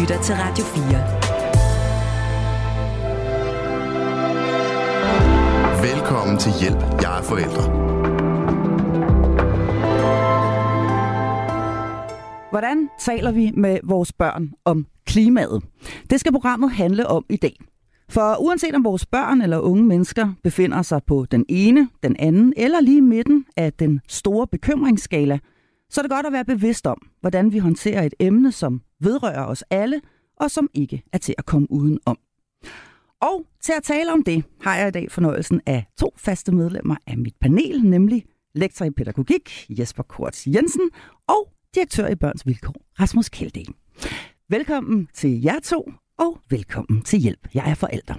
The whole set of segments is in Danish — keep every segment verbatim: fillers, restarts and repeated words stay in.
lytter til Radio fire. Velkommen til Hjælp, jeg er forældre. Hvordan taler vi med vores børn om klimaet? Det skal programmet handle om i dag. For uanset om vores børn eller unge mennesker befinder sig på den ene, den anden eller lige i midten af den store bekymringsskala, så er det godt at være bevidst om, hvordan vi håndterer et emne, som vedrører os alle, og som ikke er til at komme uden om. Og til at tale om det, har jeg i dag fornøjelsen af to faste medlemmer af mit panel, nemlig lektor i pædagogik Jesper Kortz Jensen og direktør i Børns Vilkår Rasmus Kjeldahl. Velkommen til jer to, og velkommen til Hjælp, jeg er forældre.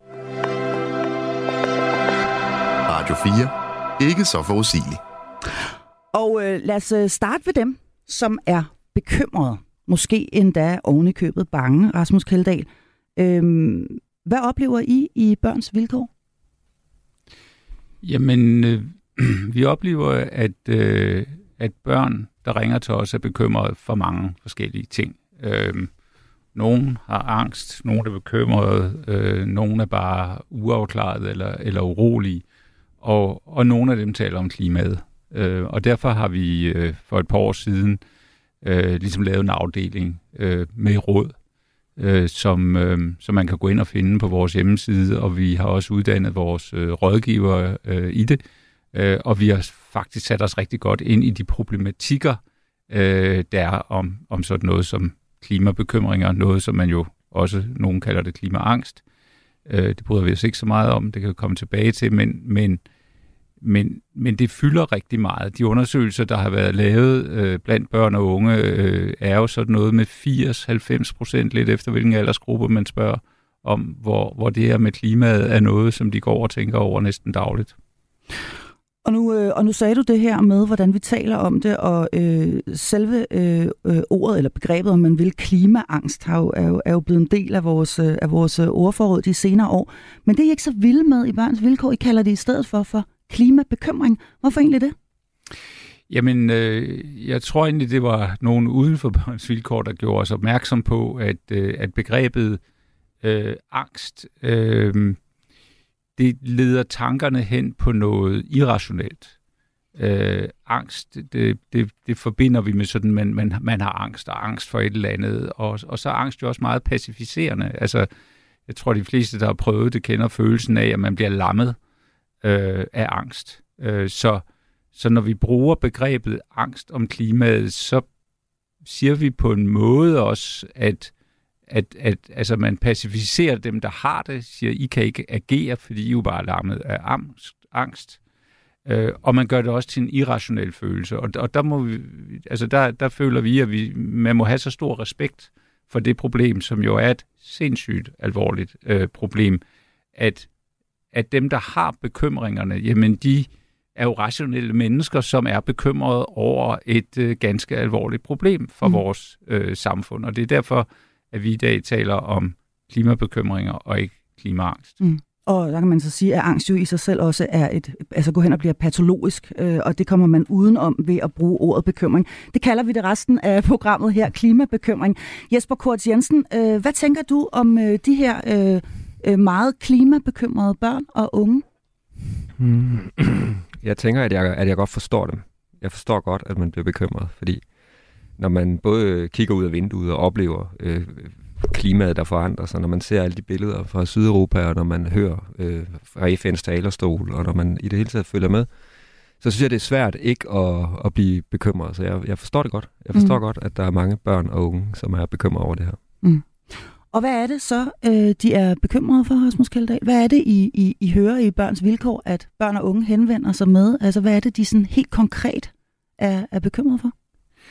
Radio fire. Ikke så forudsigelig. Og øh, lad os øh, starte ved dem, som er bekymrede. Måske endda oven i købet bange, Rasmus Kjeldahl. Øhm, hvad oplever I i Børns Vilkår? Jamen, øh, vi oplever, at, øh, at børn, der ringer til os, er bekymrede for mange forskellige ting. Øh, Nogen har angst, nogen er bekymrede, øh, nogen er bare uafklaret eller, eller urolige, og, og nogle af dem taler om klimaet. Øh, og derfor har vi øh, for et par år siden øh, ligesom lavet en afdeling øh, med råd, øh, som, øh, som man kan gå ind og finde på vores hjemmeside, og vi har også uddannet vores øh, rådgivere øh, i det, øh, og vi har faktisk sat os rigtig godt ind i de problematikker, øh, der er om, om sådan noget som klimabekymringer, noget som man jo også, nogen kalder det klimaangst. Øh, det bryder vi os ikke så meget om, det kan vi komme tilbage til, men, men, men, men det fylder rigtig meget. De undersøgelser, der har været lavet øh, blandt børn og unge, øh, er jo sådan noget med firs til halvfems procent, lidt efter hvilken aldersgruppe man spørger om, hvor, hvor det her med klimaet er noget, som de går og tænker over næsten dagligt. Og nu, øh, og nu sagde du det her med, hvordan vi taler om det, og øh, selve øh, øh, ordet eller begrebet, om man vil, klimaangst, har jo, er, jo, er jo blevet en del af vores, øh, af vores ordforråd de senere år. Men det er I ikke så vilde med i Børns Vilkår. I kalder det i stedet for, for klimabekymring. Hvorfor egentlig det? Jamen, øh, jeg tror egentlig, det var nogen uden for Børns Vilkår, der gjorde os opmærksom på, at, øh, at begrebet øh, angst... Øh, det leder tankerne hen på noget irrationelt. Øh, angst, det, det, det forbinder vi med sådan, man, man, man har angst og angst for et eller andet, og, og så er angst jo også meget pacificerende. Altså, jeg tror, de fleste, der har prøvet det, kender følelsen af, at man bliver lammet øh, af angst. Øh, så, så når vi bruger begrebet angst om klimaet, så siger vi på en måde også, at At, at altså man pacificerer dem, der har det, siger, I kan ikke agere, fordi I er jo bare lammet af angst. angst. Øh, og man gør det også til en irrationel følelse. Og, og der, må vi, altså der, der føler vi, at vi, man må have så stor respekt for det problem, som jo er et sindssygt alvorligt øh, problem, at, at dem, der har bekymringerne, jamen de er jo rationelle mennesker, som er bekymrede over et øh, ganske alvorligt problem for mm. vores øh, samfund. Og det er derfor, at vi i dag taler om klimabekymringer og ikke klimaangst. Mm. Og der kan man så sige, at angst jo i sig selv også er et, altså går hen og bliver patologisk, øh, og det kommer man udenom ved at bruge ordet bekymring. Det kalder vi det resten af programmet her, klimabekymring. Jesper Kortz Jensen, øh, hvad tænker du om øh, de her øh, meget klimabekymrede børn og unge? Hmm. Jeg tænker, at jeg, at jeg godt forstår dem. Jeg forstår godt, at man bliver bekymret, fordi når man både kigger ud af vinduet og oplever øh, klimaet, der forandrer sig, når man ser alle de billeder fra Sydeuropa, og når man hører øh, fra F N's talerstol, og når man i det hele taget følger med, så synes jeg, det er svært ikke at, at blive bekymret. Så jeg, jeg forstår det godt. Jeg forstår mm. godt, at der er mange børn og unge, som er bekymrede over det her. Mm. Og hvad er det så, øh, de er bekymrede for, Rasmus Kjeldahl? Hvad er det, I, I, I hører i Børns Vilkår, at børn og unge henvender sig med? Altså, hvad er det, de sådan helt konkret er, er bekymrede for?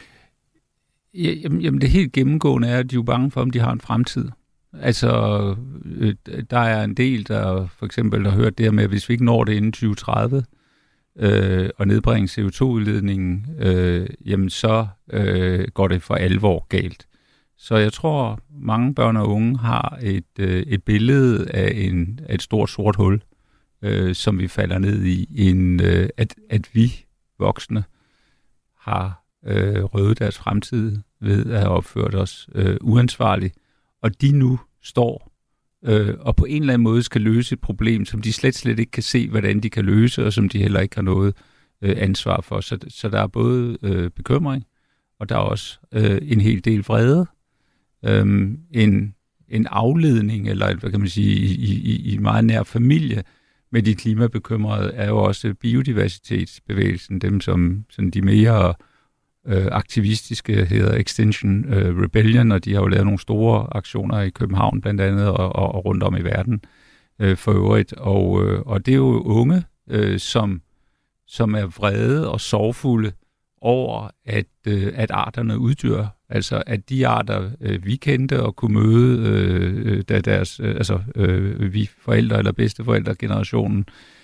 Jamen, jamen det helt gennemgående er, at de er bange for, om de har en fremtid. Altså, øh, der er en del, der for eksempel har hørt det her med, at hvis vi ikke når det inden tyve tredive øh, og nedbringe C O to udledningen, øh, jamen så øh, går det for alvor galt. Så jeg tror, mange børn og unge har et, øh, et billede af, en, af et stort sort hul, øh, som vi falder ned i, en, øh, at, at vi voksne har øh, røvet deres fremtid ved at have opført os øh, uansvarligt, og de nu står øh, og på en eller anden måde skal løse et problem, som de slet slet ikke kan se, hvordan de kan løse, og som de heller ikke har noget øh, ansvar for. Så, så der er både øh, bekymring, og der er også øh, en hel del vrede, øh, en, en afledning, eller hvad kan man sige, i, i, i meget nær familie med de klimabekymrede, er jo også biodiversitetsbevægelsen, dem som sådan de mere øh, aktivistiske hedder Extinction øh, Rebellion, og de har jo lavet nogle store aktioner i København blandt andet, og, og, og rundt om i verden øh, for øvrigt. Og, øh, og det er jo unge, øh, som, som er vrede og sorgfulde over, at, øh, at arterne uddør. Altså, at de arter, øh, vi kendte og kunne møde, øh, da deres, øh, altså, øh, vi forældre eller bedsteforældre generationen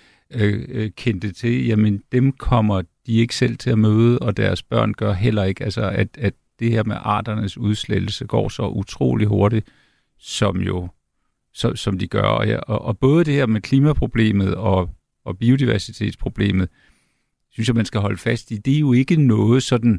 øh, øh, kendte til, jamen, dem kommer de ikke selv til at møde, og deres børn gør heller ikke. Altså, at, at det her med arternes udslettelse går så utrolig hurtigt, som jo, så, som de gør. Og, ja, og, og både det her med klimaproblemet og, og biodiversitetsproblemet, synes jeg, man skal holde fast i. Det er jo ikke noget sådan,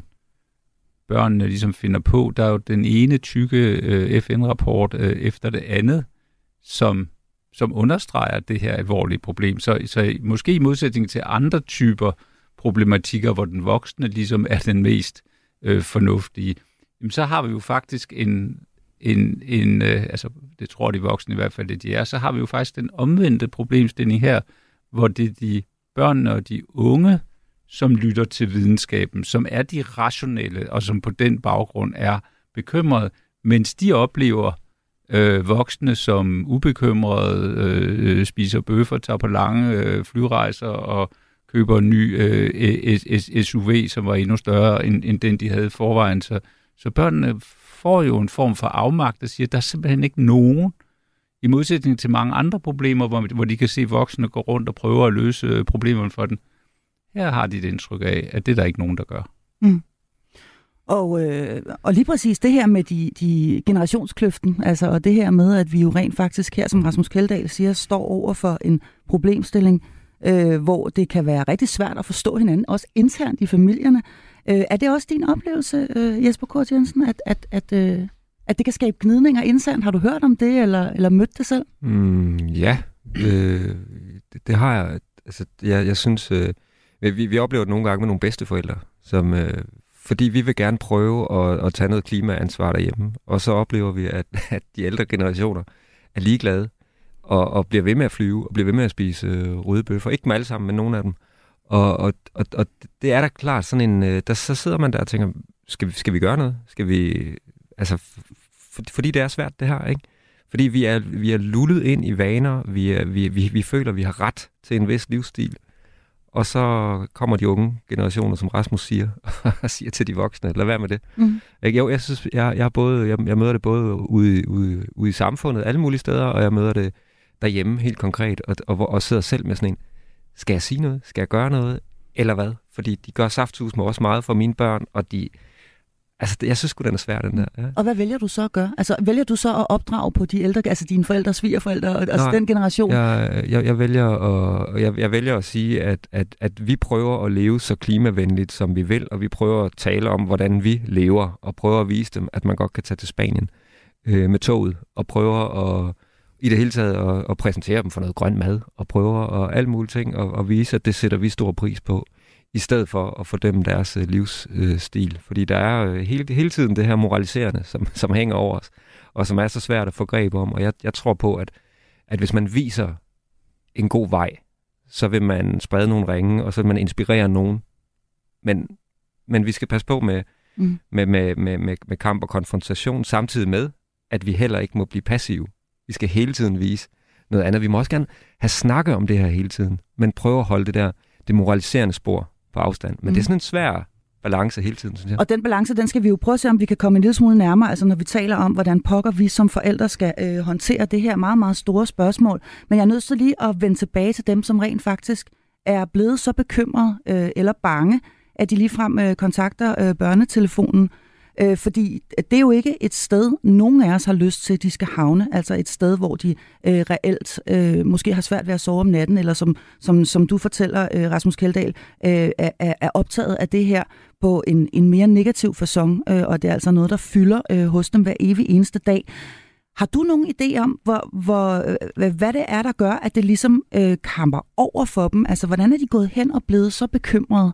børnene ligesom finder på. Der er jo den ene tykke øh, F N-rapport øh, efter det andet, som, som understreger det her alvorlige problem. Så, så måske i modsætning til andre typer problematikker, hvor den voksne ligesom er den mest øh, fornuftige, jamen, så har vi jo faktisk en, en, en øh, altså det tror de voksne i hvert fald, det de er, så har vi jo faktisk den omvendte problemstilling her, hvor det er de børnene og de unge, som lytter til videnskaben, som er de rationelle, og som på den baggrund er bekymrede, mens de oplever øh, voksne, som ubekymrede, øh, spiser bøffer, tager på lange øh, flyrejser og køber en ny øh, S U V, som var endnu større end, end den, de havde i forvejen. Så, så børnene får jo en form for afmagt, der siger, at der er simpelthen ikke nogen, i modsætning til mange andre problemer, hvor, hvor de kan se voksne gå rundt og prøve at løse problemerne for den. Her har de et indtryk af, at det er der ikke nogen, der gør. Mm. Og, øh, og lige præcis det her med de, de generationskløften, altså, og det her med, at vi jo rent faktisk her, som Rasmus Kjeldahl siger, står over for en problemstilling, øh, hvor det kan være rigtig svært at forstå hinanden, også internt i familierne. Øh, er det også din oplevelse, øh, Jesper Kort Jensen, at, at, at, øh, at det kan skabe gnidninger internt? Har du hørt om det, eller, eller mødt det selv? Mm, ja, øh, det, det har jeg. Altså, jeg, jeg synes... Øh Vi, vi oplever det nogle gange med nogle bedsteforældre, som, øh, fordi vi vil gerne prøve at, at tage noget klimaansvar derhjemme, og så oplever vi, at, at de ældre generationer er ligeglade, og, og bliver ved med at flyve, og bliver ved med at spise øh, røde bøffer. Ikke dem alle sammen, men nogle af dem. Og, og, og, og det er da klart sådan en, øh, der, så sidder man der og tænker, skal vi, skal vi gøre noget? Skal vi, altså, for, fordi det er svært det her, ikke? Fordi vi er, vi er lullet ind i vaner, vi, er, vi, vi, vi føler, vi har ret til en vis livsstil. Og så kommer de unge generationer, som Rasmus siger, og siger til de voksne, lad være med det. Mm. Jeg, jeg, synes, jeg, jeg, både, jeg, jeg møder det både ude, ude, ude i samfundet, alle mulige steder, og jeg møder det derhjemme helt konkret, og, og, og sidder selv med sådan en, skal jeg sige noget? Skal jeg gøre noget? Eller hvad? Fordi de gør saftsus med også meget for mine børn, og de... Altså, jeg synes sgu, den er svær, den der. Ja. Og hvad vælger du så at gøre? Altså, vælger du så at opdrage på de ældre, altså dine forældre, svigerforældre, og altså den generation? Jeg, jeg, jeg, vælger at, jeg, jeg vælger at sige, at, at, at vi prøver at leve så klimavenligt, som vi vil, og vi prøver at tale om, hvordan vi lever, og prøver at vise dem, at man godt kan tage til Spanien øh, med toget, og prøver at, i det hele taget at, at præsentere dem for noget grøn mad, og prøver at alle mulige ting, og, og vise, at det sætter vi stor pris på, i stedet for at få dem deres øh, livsstil. Øh, Fordi der er øh, hele, hele tiden det her moraliserende, som, som hænger over os, og som er så svært at få greb om. Og jeg, jeg tror på, at, at hvis man viser en god vej, så vil man sprede nogle ringe, og så vil man inspirere nogen. Men, men vi skal passe på med, mm. med, med, med, med, med kamp og konfrontation, samtidig med, at vi heller ikke må blive passive. Vi skal hele tiden vise noget andet. Vi må også gerne have snakket om det her hele tiden, men prøve at holde det der, det moraliserende spor på afstand. Men mm. det er sådan en svær balance hele tiden, synes jeg. Og den balance, den skal vi jo prøve at se, om vi kan komme en lille smule nærmere, altså når vi taler om, hvordan pokker vi som forældre skal øh, håndtere det her meget, meget store spørgsmål. Men jeg er nødt til lige at vende tilbage til dem, som rent faktisk er blevet så bekymrede øh, eller bange, at de ligefrem øh, kontakter øh, børnetelefonen. Øh, fordi det er jo ikke et sted, nogen af os har lyst til, at de skal havne. Altså et sted, hvor de øh, reelt øh, måske har svært ved at sove om natten, eller som, som, som du fortæller, øh, Rasmus Kjeldahl, øh, er, er optaget af det her på en, en mere negativ facon, øh, og det er altså noget, der fylder øh, hos dem hver evig eneste dag. Har du nogen idé om, hvor, hvor, øh, hvad det er, der gør, at det ligesom øh, kamper over for dem? Altså, hvordan er de gået hen og blevet så bekymrede?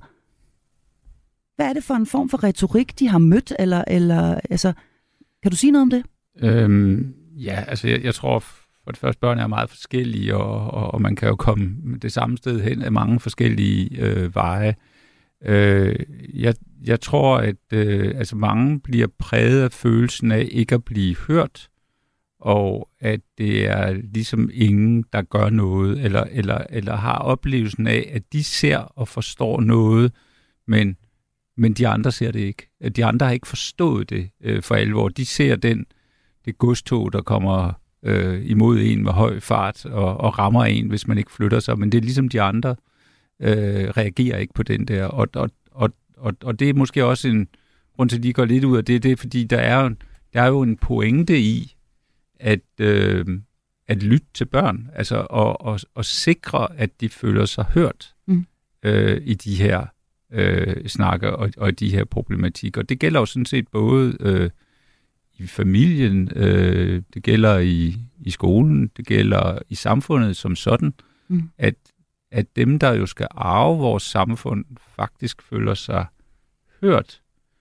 Hvad er det for en form for retorik, de har mødt? Eller, eller, altså, kan du sige noget om det? Øhm, ja, altså jeg, jeg tror for det første, børn er meget forskellige, og, og, og man kan jo komme det samme sted hen af mange forskellige øh, veje. Øh, jeg, jeg tror, at øh, altså mange bliver præget af følelsen af ikke at blive hørt, og at det er ligesom ingen, der gør noget, eller, eller, eller har oplevelsen af, at de ser og forstår noget, men, men de andre ser det ikke. De andre har ikke forstået det øh, for alvor. De ser den, det godstog, der kommer øh, imod en med høj fart og, og rammer en, hvis man ikke flytter sig, men det er ligesom de andre øh, reagerer ikke på den der, og, og, og, og, og det er måske også en grund til, at de går lidt ud af det, det er, fordi der er, der er jo en pointe i, at, øh, at lytte til børn, altså og, og, og sikre, at de føler sig hørt mm. øh, i de her øh, snakker og, og i de her problematikker. Og det gælder jo sådan set både øh, i familien, øh, det gælder i, i skolen, det gælder i samfundet som sådan, mm. at, at dem, der jo skal arve vores samfund, faktisk føler sig hørt.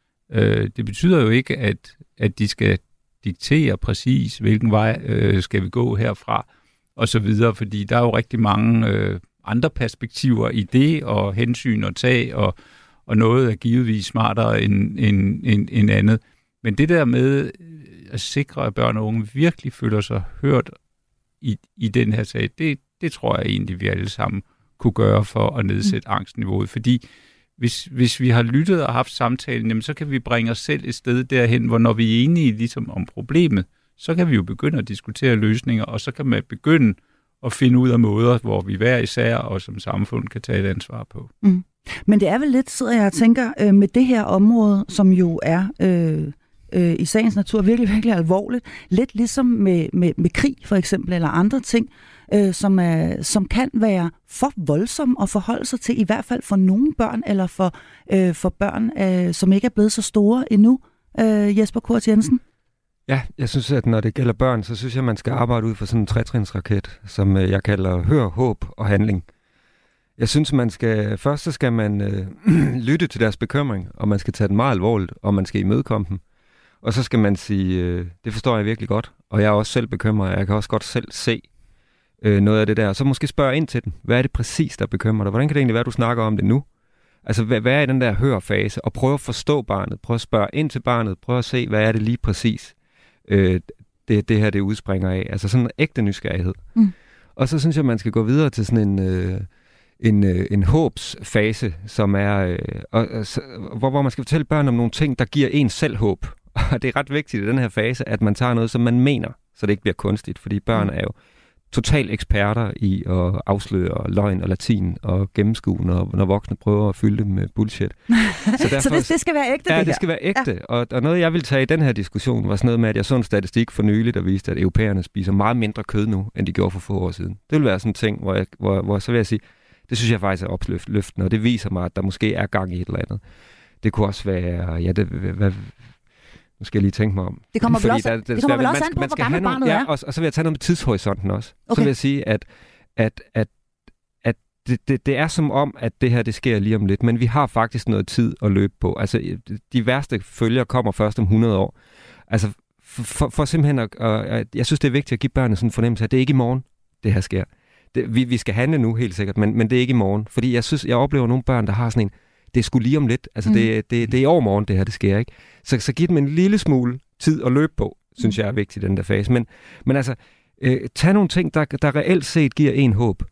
Øh, det betyder jo ikke, at, at de skal diktere præcis, hvilken vej øh, skal vi gå herfra, og så videre, fordi der er jo rigtig mange øh, andre perspektiver i det, og hensyn at tage, og, og noget er givetvis smartere end, end, end, end andet. Men det der med at sikre, at børn og unge virkelig føler sig hørt i, i den her sag, det, det tror jeg egentlig, vi alle sammen kunne gøre for at nedsætte mm. angstniveauet, fordi Hvis, hvis vi har lyttet og haft samtalen, jamen, så kan vi bringe os selv et sted derhen, hvor når vi er enige ligesom om problemet, så kan vi jo begynde at diskutere løsninger, og så kan man begynde at finde ud af måder, hvor vi hver især og som samfund kan tage et ansvar på. Mm. Men det er vel lidt, sidder jeg og tænker, øh, med det her område, som jo er øh, øh, i sagens natur virkelig, virkelig alvorligt, lidt ligesom med, med, med krig for eksempel, eller andre ting, Øh, som, er, som kan være for voldsom at forholde sig til, i hvert fald for nogle børn, eller for, øh, for børn, øh, som ikke er blevet så store endnu. Øh, Jesper Kurt Jensen? Ja, jeg synes, at når det gælder børn, så synes jeg, man skal arbejde ud for sådan en tretrinsraket, som øh, jeg kalder hør, håb og handling. Jeg synes, man skal først så skal man øh, lytte til deres bekymring, og man skal tage den meget alvorligt, og man skal imødekomme dem. Og så skal man sige, øh, det forstår jeg virkelig godt, og jeg er også selv bekymret, jeg kan også godt selv se noget af det der, og så måske spørge ind til den. Hvad er det præcis, der bekymrer dig? Hvordan kan det egentlig være, du snakker om det nu? Altså, hvad, hvad er i den der hørfase? Og prøve at forstå barnet. Prøve at spørge ind til barnet. Prøve at se, hvad er det lige præcis, øh, det, det her, det udspringer af. Altså sådan en ægte nysgerrighed. Mm. Og så synes jeg, man skal gå videre til sådan en, øh, en, øh, en håbsfase, som er, øh, og, øh, hvor, hvor man skal fortælle børn om nogle ting, der giver en selv håb. Og det er ret vigtigt i den her fase, at man tager noget, som man mener, så det ikke bliver kunstigt. Fordi børn er jo totalt eksperter i at afsløre løgn og latin og gennemskue, når, når voksne prøver at fylde dem med bullshit. Så, derfor, så det, det skal være ægte, ja, det det skal være ægte. Ja. Og, og noget, jeg vil tage i den her diskussion, var sådan noget med, at jeg så en statistik for nylig, der viste, at europæerne spiser meget mindre kød nu, end de gjorde for få år siden. Det vil være sådan en ting, hvor, jeg, hvor, hvor så vil jeg sige, det synes jeg faktisk er opløftende, og det viser mig, at der måske er gang i et eller andet. Det kunne også være, ja, det, hvad, nu skal jeg lige tænke mig om. Det kommer vel også, der, det det kommer vel også an på, hvor gammel barnet ja, er. Og, og så vil jeg tage noget med tidshorisonten også. Okay. Så vil jeg sige, at, at, at, at det, det, det er som om, at det her det sker lige om lidt, men vi har faktisk noget tid at løbe på. Altså, de værste følger kommer først om hundrede år. Altså, for, for, for simpelthen at, at... Jeg synes, det er vigtigt at give børnene sådan en fornemmelse af, at det er ikke i morgen, det her sker. Det, vi, vi skal handle nu, helt sikkert, men, men det er ikke i morgen. Fordi jeg synes, jeg oplever nogle børn, der har sådan en... Det er sgu lige om lidt. Altså, mm. det, det, det er i overmorgen, det her, det sker, ikke? Så, så giv dem en lille smule tid at løbe på, synes jeg er vigtigt i den der fase. Men, men altså, øh, tag nogle ting, der, der reelt set giver en håb,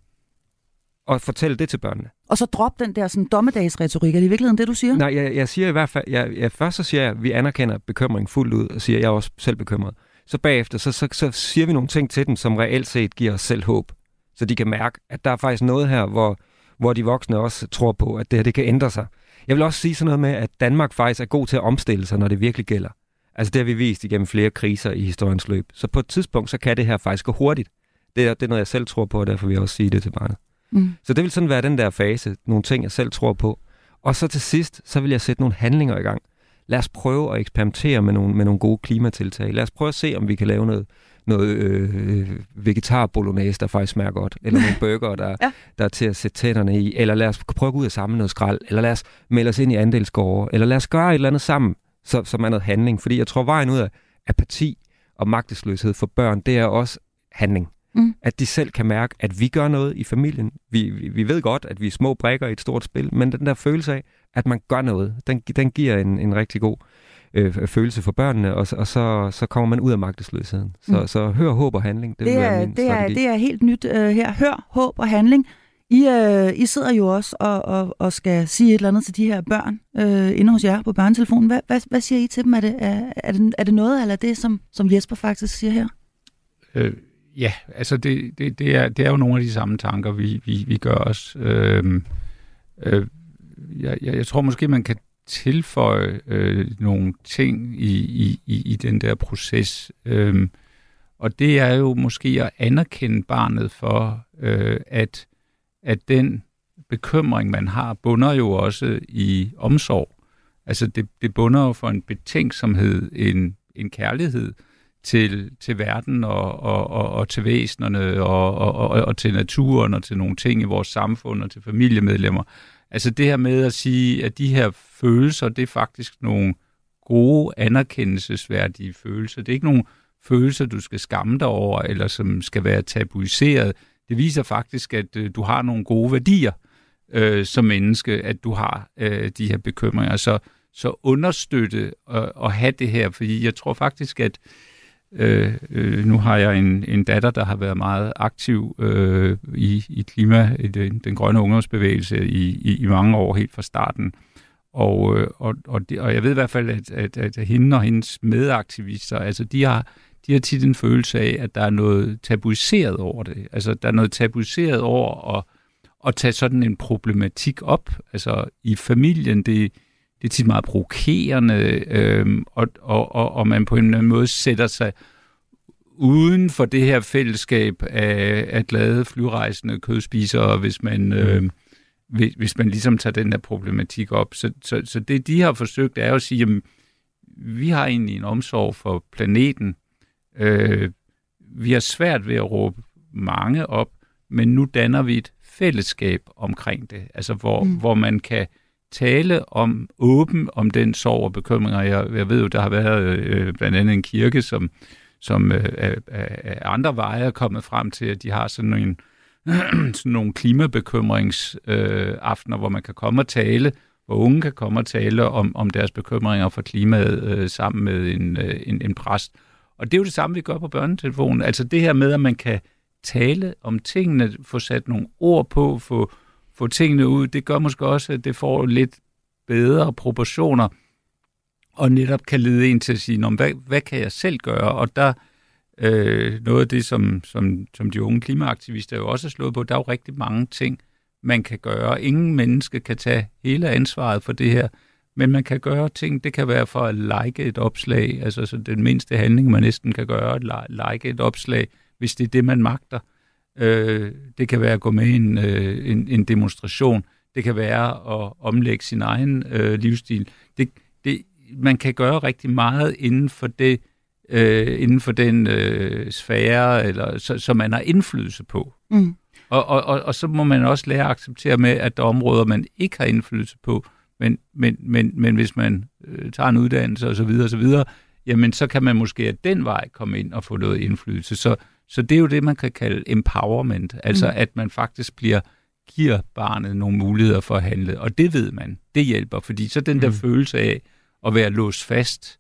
og fortæl det til børnene. Og så drop den der sådan dommedagsretorik. Er det i virkeligheden det, du siger? Nej, jeg, jeg siger i hvert fald, jeg, jeg, først så siger jeg, at vi anerkender bekymring fuldt ud, og siger, at jeg er også selv bekymret. Så bagefter, så, så, så siger vi nogle ting til dem, som reelt set giver os selv håb. Så de kan mærke, at der er faktisk noget her, hvor, hvor de voksne også tror på, at det her det kan ændre sig. Jeg vil også sige sådan noget med, at Danmark faktisk er god til at omstille sig, når det virkelig gælder. Altså det har vi vist igennem flere kriser i historiens løb. Så på et tidspunkt, så kan det her faktisk gå hurtigt. Det er, det er noget, jeg selv tror på, og derfor vil jeg også sige det til barnet. Mm. Så det vil sådan være den der fase, nogle ting, jeg selv tror på. Og så til sidst, så vil jeg sætte nogle handlinger i gang. Lad os prøve at eksperimentere med nogle, med nogle gode klimatiltag. Lad os prøve at se, om vi kan lave noget, noget øh, vegetar-bolognese, der faktisk smager godt. Eller nogle burger, der, ja. der er til at sætte tænderne i. Eller lad os prøve at gå ud og samle noget skrald. Eller lad os melde os ind i andelsgårde. Eller lad os gøre et eller andet sammen, så, som er noget handling. Fordi jeg tror, vejen ud af apati og magtesløshed for børn, det er også handling. Mm. At de selv kan mærke, at vi gør noget i familien. Vi, vi, vi ved godt, at vi er små brikker i et stort spil, men den der følelse af, at man gør noget, den, den giver en, en rigtig god øh, følelse for børnene, og, og så, så kommer man ud af magtesløsheden. Så, mm. så hør, håb og handling, det, det er min det er, det er helt nyt uh, her. Hør, håb og handling. I, uh, I sidder jo også og, og, og skal sige et eller andet til de her børn uh, inde hos jer på børnetelefonen. Hvad, hvad, hvad siger I til dem? Er det, er, er det, er det noget, eller det, som, som Jesper faktisk siger her? Øh. Ja, altså det, det, det, er, det er jo nogle af de samme tanker, vi, vi, vi gør os. Øh, øh, jeg, jeg tror måske, man kan tilføje øh, nogle ting i, i, i den der proces. Øh, og det er jo måske at anerkende barnet for, øh, at, at den bekymring, man har, bunder jo også i omsorg. Altså det, det bunder jo for en betænksomhed, en, en kærlighed, Til, til verden og, og, og, og til væsenerne og, og, og, og til naturen og til nogle ting i vores samfund og til familiemedlemmer. Altså det her med at sige, at de her følelser, det er faktisk nogle gode, anerkendelsesværdige følelser. Det er ikke nogle følelser, du skal skamme dig over, eller som skal være tabuiseret. Det viser faktisk, at øh, du har nogle gode værdier øh, som menneske, at du har øh, de her bekymringer. Så, så understøtte og, og have det her, fordi jeg tror faktisk, at Øh, øh, nu har jeg en, en datter, der har været meget aktiv øh, i, i klima, i den, den grønne ungdomsbevægelse i, i, i mange år, helt fra starten. Og, øh, og, og, det, og jeg ved i hvert fald, at, at, at hende og hendes medaktivister, altså de har, de har tit en følelse af, at der er noget tabuiseret over det. Altså der er noget tabuiseret over at, at tage sådan en problematik op. Altså i familien, det Det er tit meget provokerende, øhm, og, og, og, og man på en eller anden måde sætter sig uden for det her fællesskab af, af glade flyrejsende kødspisere, hvis man, øh, hvis, hvis man ligesom tager den her problematik op. Så, så, så det, de har forsøgt, er jo at sige, jamen, vi har egentlig en omsorg for planeten. Øh, vi har svært ved at råbe mange op, men nu danner vi et fællesskab omkring det, altså hvor, mm. hvor man kan tale om åben om den sorg og bekymringer. Jeg, jeg ved jo, der har været øh, blandt andet en kirke, som, som øh, af, af andre veje er kommet frem til, at de har sådan nogle, sådan nogle klimabekymringsaftener, øh, hvor man kan komme og tale, hvor unge kan komme og tale om, om deres bekymringer for klimaet øh, sammen med en, øh, en, en præst. Og det er jo det samme, vi gør på børnetelefonen. Altså det her med, at man kan tale om tingene, få sat nogle ord på, få få tingene ud, det gør måske også, at det får lidt bedre proportioner, og netop kan lede en til at sige, hvad, hvad kan jeg selv gøre? Og der øh, noget af det, som, som, som de unge klimaaktivister jo også har slået på, der er jo rigtig mange ting, man kan gøre. Ingen menneske kan tage hele ansvaret for det her, men man kan gøre ting, det kan være for at like et opslag, altså så den mindste handling, man næsten kan gøre, at like et opslag, hvis det er det, man magter. Øh, det kan være at gå med i en, øh, en, en demonstration. Det kan være at omlægge sin egen øh, livsstil. Det, det, man kan gøre rigtig meget inden for, det, øh, inden for den øh, sfære, eller, så, som man har indflydelse på. Mm. Og, og, og, og så må man også lære at acceptere med, at der er områder, man ikke har indflydelse på. Men, men, men, men hvis man øh, tager en uddannelse og så videre, og så videre, jamen så kan man måske af den vej komme ind og få noget indflydelse. Så Så det er jo det, man kan kalde empowerment, altså mm. at man faktisk bliver, giver barnet nogle muligheder for at handle. Og det ved man, det hjælper, fordi så den der mm. følelse af at være låst fast,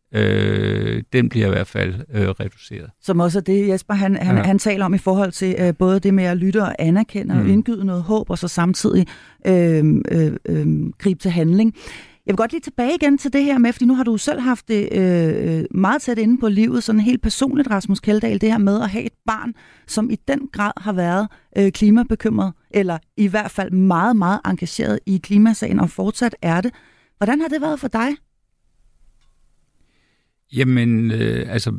øh, den bliver i hvert fald øh, reduceret. Som også er det, Jesper, han, han, ja. han taler om i forhold til øh, både det med at lytte og anerkende mm. og indgyde noget håb, og så samtidig øh, øh, øh, gribe til handling. Jeg vil godt lige tilbage igen til det her med, fordi nu har du selv haft det øh, meget tæt inde på livet, sådan helt personligt, Rasmus Kjeldahl, det her med at have et barn, som i den grad har været øh, klimabekymret, eller i hvert fald meget, meget engageret i klimasagen, og fortsat er det. Hvordan har det været for dig? Jamen, øh, altså...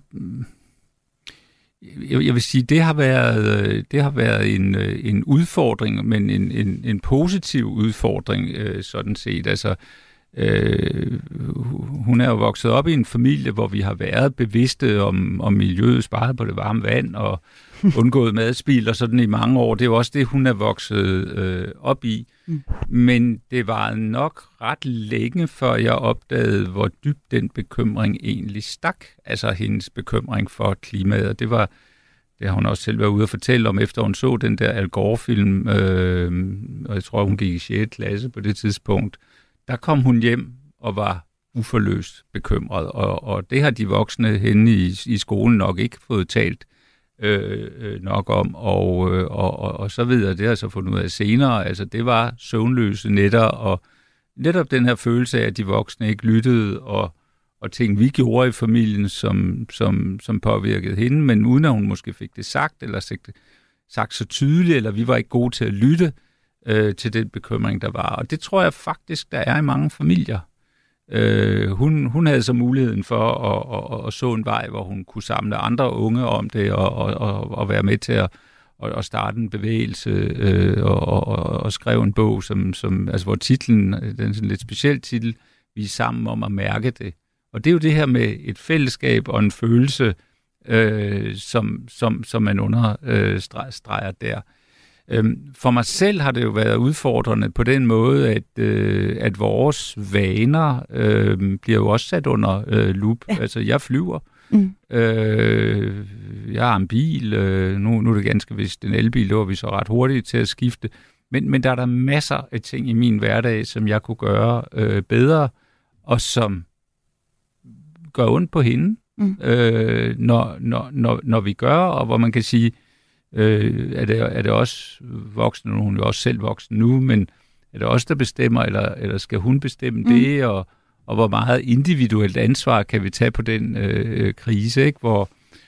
Jeg, jeg vil sige, det har været, det har været en, en udfordring, men en, en, en positiv udfordring, øh, sådan set. Altså, øh, hun er jo vokset op i en familie, hvor vi har været bevidste om, om miljøet, sparet på det varme vand og undgået madspil og sådan i mange år. Det er jo også det, hun er vokset øh, op i. Mm. Men det var nok ret længe, før jeg opdagede, hvor dybt den bekymring egentlig stak. Altså hendes bekymring for klimaet. Det var, det har hun også selv været ude at fortælle om, efter hun så den der Al Gore-film, øh, og jeg tror, hun gik i sjette klasse på det tidspunkt. Der kom hun hjem og var uforløst bekymret, og, og det har de voksne henne i, i skolen nok ikke fået talt øh, nok om, og, og, og, og så videre. Det har jeg så fundet ud af senere. Altså, det var søvnløse nætter, og netop den her følelse af, at de voksne ikke lyttede, og, og ting, vi gjorde i familien, som, som, som påvirkede hende, men uden at hun måske fik det sagt, eller sagt, sagt så tydeligt, eller vi var ikke gode til at lytte øh, til den bekymring, der var. Og det tror jeg faktisk, der er i mange familier. Øh, hun, hun havde så muligheden for at, at, at så en vej, hvor hun kunne samle andre unge om det, og, og, og, og være med til at, at starte en bevægelse, øh, og, og, og skrive en bog, som, som, altså, hvor titlen, den er sådan lidt speciel titel, vi er sammen om at mærke det. Og det er jo det her med et fællesskab og en følelse, øh, som, som, som man understreger øh, der. For mig selv har det jo været udfordrende på den måde, at, øh, at vores vaner øh, bliver jo også sat under øh, lup. Ja. Altså, jeg flyver. Mm. Øh, jeg har en bil. Øh, nu, nu er det ganske vist en elbil, det var vi så ret hurtigt til at skifte. Men, men der er der masser af ting i min hverdag, som jeg kunne gøre øh, bedre, og som gør ondt på hende, mm. øh, når, når, når, når vi gør, og hvor man kan sige, Øh, er, det, er det også voksne, nu hun er også selv voksen nu, men er det også der bestemmer, eller, eller skal hun bestemme mm. det, og, og hvor meget individuelt ansvar kan vi tage på den øh, krise, ikke? Hvor,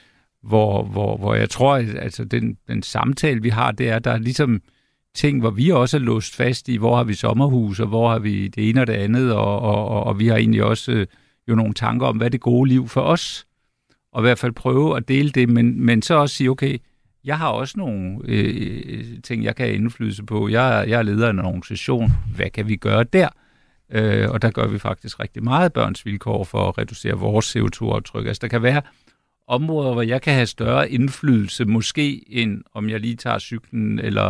hvor, hvor, hvor jeg tror, at altså, den, den samtale, vi har, det er, der er ligesom ting, hvor vi også er låst fast i, hvor har vi sommerhus, og hvor har vi det ene og det andet, og, og, og, og vi har egentlig også øh, jo nogle tanker om, hvad er det gode liv for os, og i hvert fald prøve at dele det, men, men så også sige, okay, jeg har også nogle øh, ting, jeg kan have indflydelse på. Jeg, jeg er leder af en organisation. Hvad kan vi gøre der? Øh, og der gør vi faktisk rigtig meget Børns Vilkår for at reducere vores C O to aftryk. Altså, der kan være områder, hvor jeg kan have større indflydelse, måske end om jeg lige tager cyklen, eller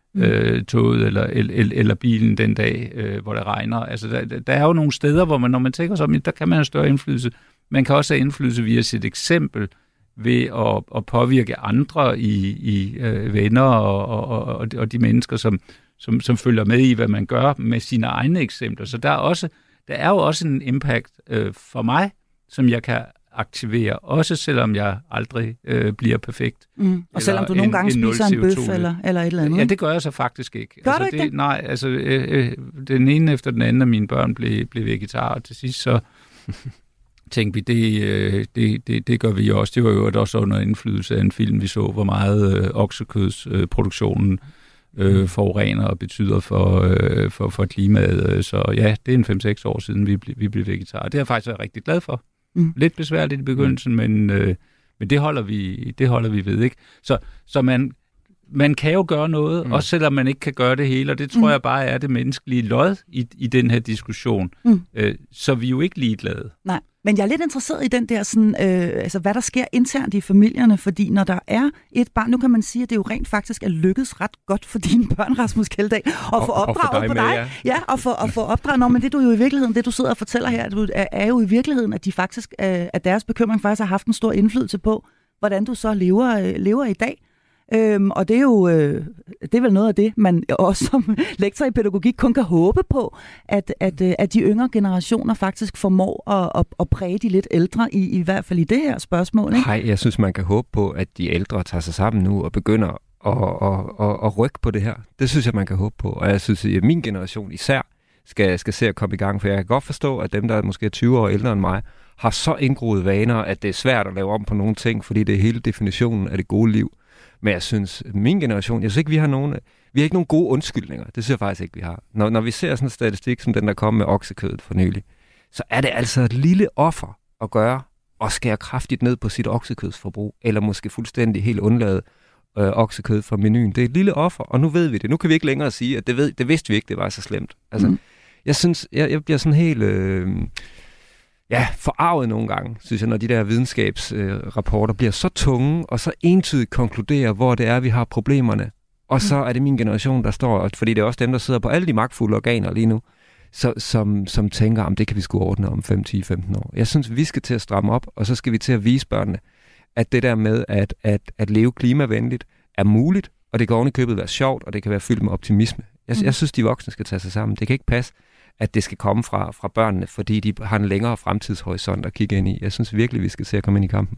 øh, toget, eller, eller, eller bilen den dag, øh, hvor det regner. Altså, der, der er jo nogle steder, hvor man, når man tænker sig om, der kan man have større indflydelse. Man kan også have indflydelse via sit eksempel, ved at, at påvirke andre i, i øh, venner og, og, og, og de mennesker, som, som, som følger med i, hvad man gør med sine egne eksempler. Så der er, også, der er jo også en impact øh, for mig, som jeg kan aktivere, også selvom jeg aldrig øh, bliver perfekt. Mm. Og selvom du nogle en, gange en spiser en bøf eller, eller et eller andet? Ja, det gør jeg så faktisk ikke. Gør altså, du ikke det? Nej, altså øh, øh, den ene efter den anden af mine børn blev, blev vegetar, og til sidst så tænkte vi, det, det, det, det gør vi også. Det var jo også under indflydelse af en film, vi så, hvor meget øh, oksekødsproduktionen øh, forurener og betyder for, øh, for, for klimaet. Så ja, det er en fem seks år siden, vi, ble, vi blev vegetarer. Det har jeg faktisk været rigtig glad for. Mm. Lidt besværligt i begyndelsen, men, øh, men det, holder vi, det holder vi ved, ikke? Så, så man, man kan jo gøre noget, mm. også selvom man ikke kan gøre det hele, og det tror mm. jeg bare er det menneskelige lod i, i den her diskussion. Mm. Øh, så vi er jo ikke ligeglade. Nej. Men jeg er lidt interesseret i den der, sådan, øh, altså, hvad der sker internt i familierne, fordi når der er et barn, nu kan man sige, at det jo rent faktisk er lykkedes ret godt for dine børn, Rasmus Kjeldahl, at få opdraget på dig. Med, ja. ja, og få, og få opdraget. Nå, men det du jo i virkeligheden, det du sidder og fortæller her, du, er, er jo i virkeligheden, at de faktisk, øh, at deres bekymring faktisk har haft en stor indflydelse på, hvordan du så lever, øh, lever i dag. Øhm, og det er jo øh, det er vel noget af det, man også som lektor i pædagogik kun kan håbe på, at, at, at de yngre generationer faktisk formår at, at, at præge de lidt ældre, i, i hvert fald i det her spørgsmål. Ikke? Nej, jeg synes, man kan håbe på, at de ældre tager sig sammen nu og begynder at, at, at, at rykke på det her. Det synes jeg, man kan håbe på. Og jeg synes, at min generation især skal, skal se at komme i gang. For jeg kan godt forstå, at dem, der er måske tyve år ældre end mig, har så indgroede vaner, at det er svært at lave om på nogle ting, fordi det er hele definitionen af det gode liv. Men jeg synes, min generation, jeg synes ikke, vi har nogen, vi har ikke nogen gode undskyldninger. Det synes jeg faktisk ikke, vi har. Når, når vi ser sådan en statistik, som den, der kom med oksekødet for nylig, så er det altså et lille offer at gøre og skære kraftigt ned på sit oksekødsforbrug, eller måske fuldstændig helt undlade øh, oksekød fra menuen. Det er et lille offer, og nu ved vi det. Nu kan vi ikke længere sige, at det, ved, det vidste vi ikke, det var så slemt. Altså, mm. Jeg synes, jeg, jeg bliver sådan helt øh, ja, forarvet nogle gange, synes jeg, når de der videnskabsrapporter øh, bliver så tunge, og så entydigt konkluderer, hvor det er, vi har problemerne. Og så er det min generation, der står, fordi det er også dem, der sidder på alle de magtfulde organer lige nu, så, som, som tænker, om det kan vi sgu ordne om fem, ti, femten år. Jeg synes, vi skal til at stramme op, og så skal vi til at vise børnene, at det der med at, at, at leve klimavenligt er muligt, og det kan oven i købet være sjovt, og det kan være fyldt med optimisme. Jeg, jeg synes, de voksne skal tage sig sammen. Det kan ikke passe, at det skal komme fra, fra børnene, fordi de har en længere fremtidshorisont at kigge ind i. Jeg synes virkelig, vi skal se at komme ind i kampen.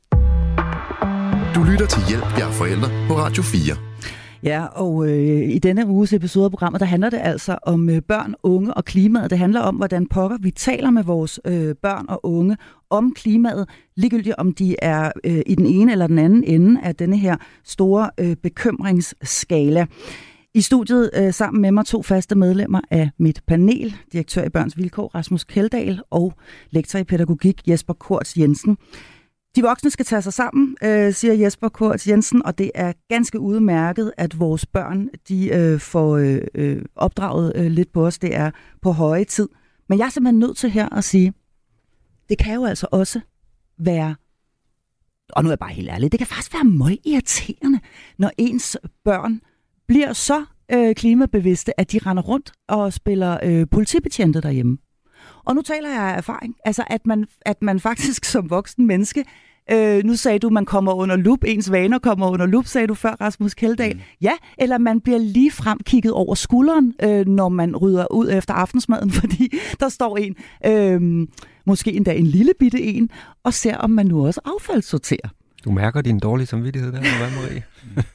Du lytter til Hjælp, jeg er forældre på Radio fire. Ja, og øh, i denne uges episode af programmet, der handler det altså om øh, børn, unge og klimaet. Det handler om, hvordan pokker vi taler med vores øh, børn og unge om klimaet, ligegyldigt om de er øh, i den ene eller den anden ende af denne her store øh, bekymringsskala. I studiet øh, sammen med mig to faste medlemmer af mit panel, direktør i Børns Vilkår Rasmus Kjeldahl og lektor i pædagogik Jesper Kortz Jensen. De voksne skal tage sig sammen, øh, siger Jesper Kortz Jensen, og det er ganske udmærket, at vores børn de øh, får øh, opdraget øh, lidt på os. Det er på høje tid. Men jeg er simpelthen nødt til her at sige, det kan jo altså også være, og nu er jeg bare helt ærlig, det kan faktisk være meget irriterende, når ens børn bliver så øh, klimabevidste, at de render rundt og spiller øh, politibetjente derhjemme. Og nu taler jeg af erfaring, altså at man, at man faktisk som voksen menneske, øh, nu sagde du, man kommer under lup, ens vaner kommer under lup, sagde du før, Rasmus Kjeldahl. Mm. Ja, eller man bliver lige frem kigget over skulderen, øh, når man rydder ud efter aftensmaden, fordi der står en, øh, måske endda en lille bitte en, og ser, om man nu også affaldssorterer. Du mærker din dårlige samvittighed der, hvad, Marie?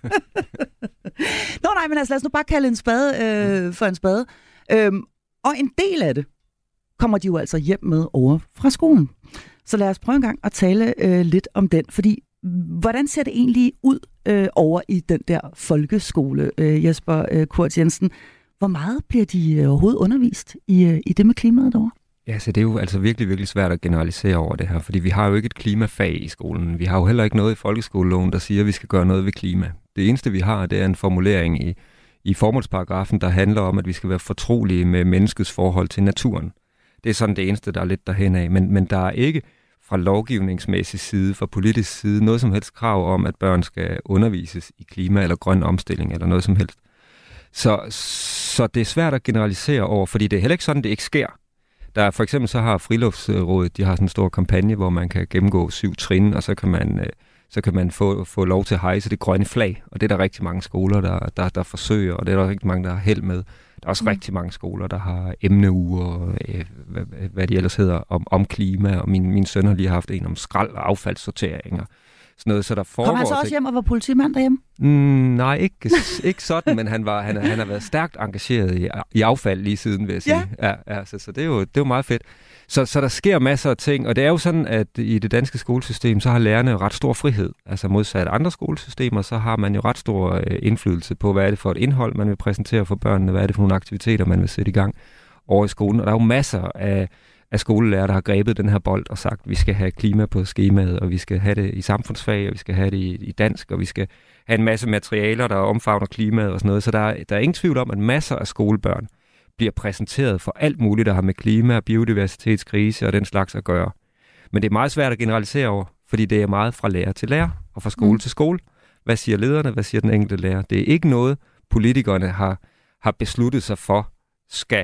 Nå nej, men altså lad os nu bare kalde en spade øh, for en spade. Øhm, og en del af det kommer de jo altså hjem med over fra skolen. Så lad os prøve en gang at tale øh, lidt om den, fordi hvordan ser det egentlig ud øh, over i den der folkeskole, øh, Jesper øh, Kortz Jensen? Hvor meget bliver de øh, overhovedet undervist i, øh, i det med klimaet derovre? Ja, så det er jo altså virkelig, virkelig svært at generalisere over det her, fordi vi har jo ikke et klimafag i skolen. Vi har jo heller ikke noget i folkeskoleloven, der siger, at vi skal gøre noget ved klima. Det eneste, vi har, det er en formulering i, i formålsparagrafen, der handler om, at vi skal være fortrolige med menneskets forhold til naturen. Det er sådan det eneste, der er lidt derhen af. Men, men der er ikke fra lovgivningsmæssig side, fra politisk side, noget som helst krav om, at børn skal undervises i klima eller grøn omstilling eller noget som helst. Så, så det er svært at generalisere over, fordi det er heller ikke sådan, det ikke sker. Der for eksempel så har Friluftsrådet, de har sådan en stor kampagne, hvor man kan gennemgå syv trin, og så kan man, så kan man få, få lov til at hejse det grønne flag. Og det er der rigtig mange skoler, der, der, der forsøger, og det er der rigtig mange, der har held med. Der er også mm. rigtig mange skoler, der har emneuger, øh, hvad, hvad de ellers hedder, om, om klima. Og min, min søn har lige haft en om skrald og affaldssortering og sådan noget, så der foregår... Kom han så også hjem og var politimand derhjemme? Mm, nej, ikke, ikke sådan, men han, var, han, han har været stærkt engageret i, i affald lige siden, vil jeg sige. Ja. Ja, ja, så, så det er jo det er jo meget fedt. Så, så der sker masser af ting, og det er jo sådan, at i det danske skolesystem, så har lærerne ret stor frihed. Altså modsat andre skolesystemer, så har man jo ret stor øh, indflydelse på, hvad er det for et indhold, man vil præsentere for børnene, hvad er det for nogle aktiviteter, man vil sætte i gang over i skolen. Og der er jo masser af, af skolelærer, der har grebet den her bold og sagt, at vi skal have klima på skemaet, og vi skal have det i samfundsfag, og vi skal have det i, i dansk, og vi skal have en masse materialer, der omfavner klimaet og sådan noget. Så der, der er ingen tvivl om, at masser af skolebørn bliver præsenteret for alt muligt, der har med klima og biodiversitetskrise og den slags at gøre. Men det er meget svært at generalisere over, fordi det er meget fra lærer til lærer og fra skole mm. til skole. Hvad siger lederne? Hvad siger den enkelte lærer? Det er ikke noget, politikerne har, har besluttet sig for, skal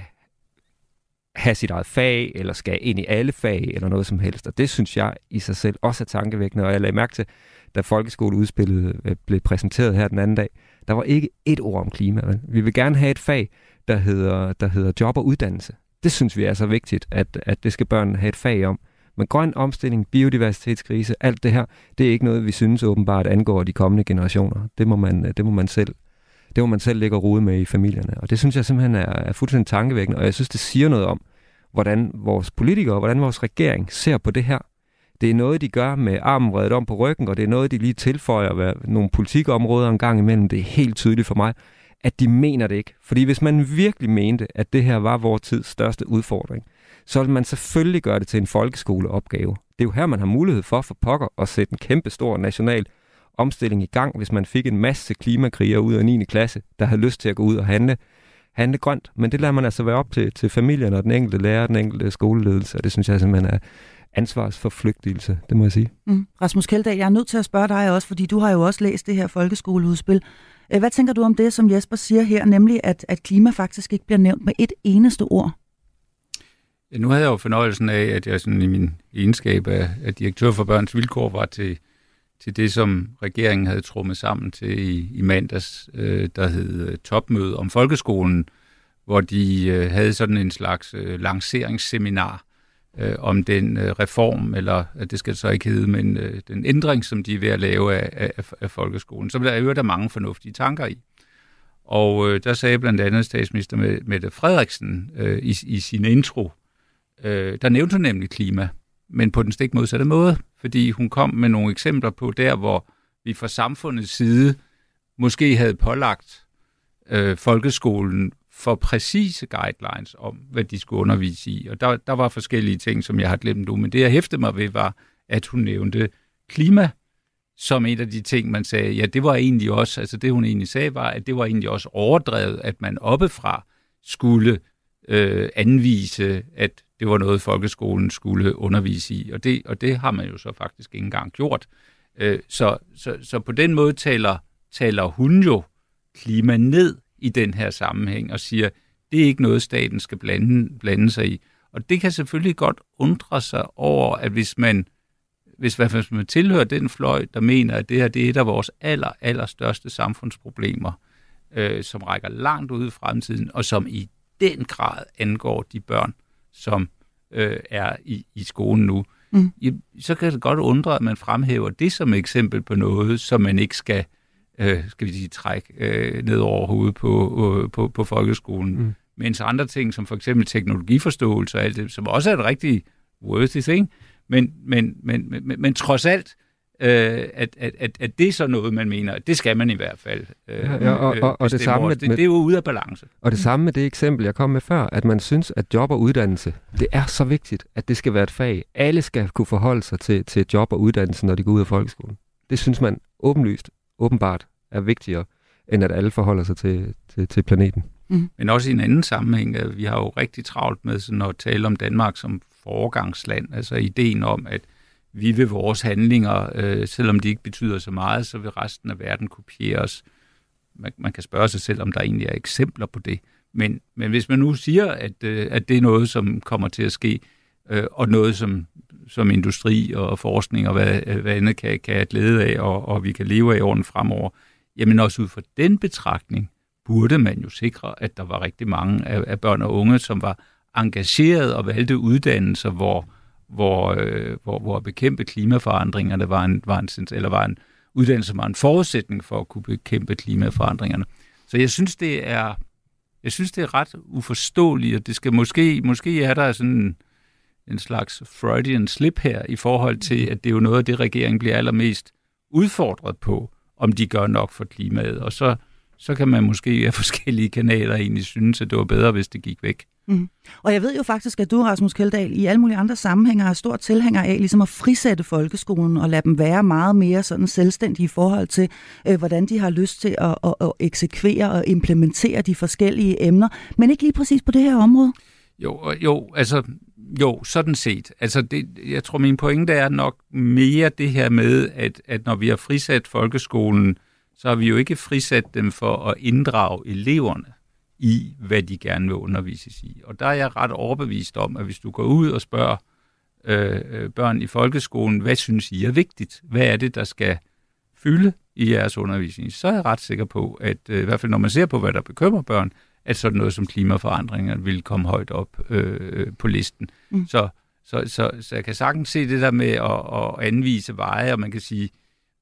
have sit eget fag, eller skal ind i alle fag, eller noget som helst. Og det synes jeg i sig selv også er tankevækkende. Og jeg lagde mærke til, da folkeskoleudspillet blev præsenteret her den anden dag, der var ikke et ord om klima. Vi vil gerne have et fag, der hedder, der hedder job og uddannelse. Det synes vi er så vigtigt, at, at det skal børnene have et fag om. Men grøn omstilling, biodiversitetskrise, alt det her, det er ikke noget, vi synes åbenbart angår de kommende generationer. Det må man, det må man selv, Det må man selv ligge og rode med i familierne. Og det synes jeg simpelthen er, er fuldstændig tankevækkende, og jeg synes, det siger noget om, hvordan vores politikere, hvordan vores regering ser på det her. Det er noget, de gør med armen vredet om på ryggen, og det er noget, de lige tilføjer ved nogle politikområder en gang imellem. Det er helt tydeligt for mig, at de mener det ikke. Fordi hvis man virkelig mente, at det her var vores tids største udfordring, så vil man selvfølgelig gøre det til en folkeskoleopgave. Det er jo her, man har mulighed for for pokker at sætte en kæmpe stor national omstilling i gang, hvis man fik en masse klimakrigere ud af niende klasse, der havde lyst til at gå ud og handle, handle grønt. Men det lader man altså være op til, til familierne og den enkelte lærer, den enkelte skoleledelse, og det synes jeg simpelthen er ansvarsforflygtigelse, det må jeg sige. Mm. Rasmus Kjeldahl, jeg er nødt til at spørge dig også, fordi du har jo også læst det her folkeskoleudspil. Hvad tænker du om det, som Jesper siger her, nemlig at, at klima faktisk ikke bliver nævnt med et eneste ord? Ja, nu havde jeg jo fornøjelsen af, at jeg sådan i min egenskab af, af direktør for Børns Vilkår var til, til det, som regeringen havde trummet sammen til i, i mandags, øh, der hed øh, topmøde om folkeskolen, hvor de øh, havde sådan en slags øh, lanceringsseminar øh, om den øh, reform, eller at det skal så ikke hedde, men øh, den ændring, som de er ved at lave af, af, af folkeskolen. Så der er jo der mange fornuftige tanker i. Og øh, der sagde blandt andet statsminister Mette Frederiksen øh, i, i sin intro, øh, der nævnte hun nemlig klima, men på den stik modsatte måde, fordi hun kom med nogle eksempler på der, hvor vi fra samfundets side måske havde pålagt øh, folkeskolen for præcise guidelines om, hvad de skulle undervise i. Og der, der var forskellige ting, som jeg har glemt nu, men det jeg hæftede mig ved var, at hun nævnte klima som en af de ting, man sagde, ja, det var egentlig også, altså det hun egentlig sagde var, at det var egentlig også overdrevet, at man oppefra skulle øh, anvise, at det var noget, folkeskolen skulle undervise i. Og det, og det har man jo så faktisk ikke engang gjort. Øh, så, så, så på den måde taler, taler hun jo klima ned i den her sammenhæng og siger, det er ikke noget, staten skal blande, blande sig i. Og det kan selvfølgelig godt undre sig over, at hvis man Hvis, hvis man tilhører den fløj, der mener, at det her det er et af vores aller, aller største samfundsproblemer, øh, som rækker langt ud i fremtiden, og som i den grad angår de børn, som øh, er i, i skolen nu, mm. så kan det godt undre, at man fremhæver det som eksempel på noget, som man ikke skal, øh, skal vi sige, trække øh, ned over hovedet på, øh, på, på folkeskolen. Mm. Mens andre ting, som for eksempel teknologiforståelse og alt det, som også er et rigtig worthy thing, Men, men, men, men, men trods alt, øh, at, at, at, at det er så noget, man mener, det skal man i hvert fald øh, ja, ja, og, og, og det, samme med, det, det er jo ude af balance. Og det samme med det eksempel, jeg kom med før, at man synes, at job og uddannelse, det er så vigtigt, at det skal være et fag. Alle skal kunne forholde sig til, til job og uddannelse, når de går ud af folkeskolen. Det synes man åbenlyst, åbenbart er vigtigere, end at alle forholder sig til, til, til planeten. Mm. Men også i en anden sammenhæng, at vi har jo rigtig travlt med sådan at tale om Danmark som foregangsland, altså ideen om, at vi ved vores handlinger, øh, selvom de ikke betyder så meget, så vil resten af verden kopiere os. Man, man kan spørge sig selv, om der egentlig er eksempler på det. Men, men hvis man nu siger, at, øh, at det er noget, som kommer til at ske, øh, og noget, som, som industri og forskning og hvad, hvad andet kan, kan have glæde af, og, og vi kan leve af årene fremover, jamen også ud fra den betragtning, burde man jo sikre, at der var rigtig mange af, af børn og unge, som var engageret og valgte uddannelser, hvor, hvor, øh, hvor, hvor at bekæmpe klimaforandringerne var en, var en, eller var en uddannelse, som var en forudsætning for at kunne bekæmpe klimaforandringerne. Så jeg synes, det er, jeg synes, det er ret uforståeligt, og det skal måske, måske er der sådan en, en slags Freudian slip her, i forhold til, at det er jo noget af det, regeringen bliver allermest udfordret på, om de gør nok for klimaet. Og så, så kan man måske af forskellige kanaler egentlig synes, at det var bedre, hvis det gik væk. Mm. Og jeg ved jo faktisk, at du, Rasmus Kjeldahl, i alle mulige andre sammenhænge er stor tilhænger af ligesom at frisætte folkeskolen og lade dem være meget mere sådan selvstændige i forhold til, øh, hvordan de har lyst til at, at, at eksekvere og implementere de forskellige emner, men ikke lige præcis på det her område. Jo, jo, altså, jo, sådan set. Altså, det, jeg tror, min pointe er nok mere det her med, at, at når vi har frisat folkeskolen, så har vi jo ikke frisat dem for at inddrage eleverne i, hvad de gerne vil undervises i. Og der er jeg ret overbevist om, at hvis du går ud og spørger øh, børn i folkeskolen, hvad synes I er vigtigt? Hvad er det, der skal fylde i jeres undervisning? Så er jeg ret sikker på, at øh, i hvert fald når man ser på, hvad der bekymrer børn, at sådan noget som klimaforandringer vil komme højt op øh, på listen. Mm. Så, så, så, så jeg kan sagtens se det der med at, at anvise veje, og man kan sige,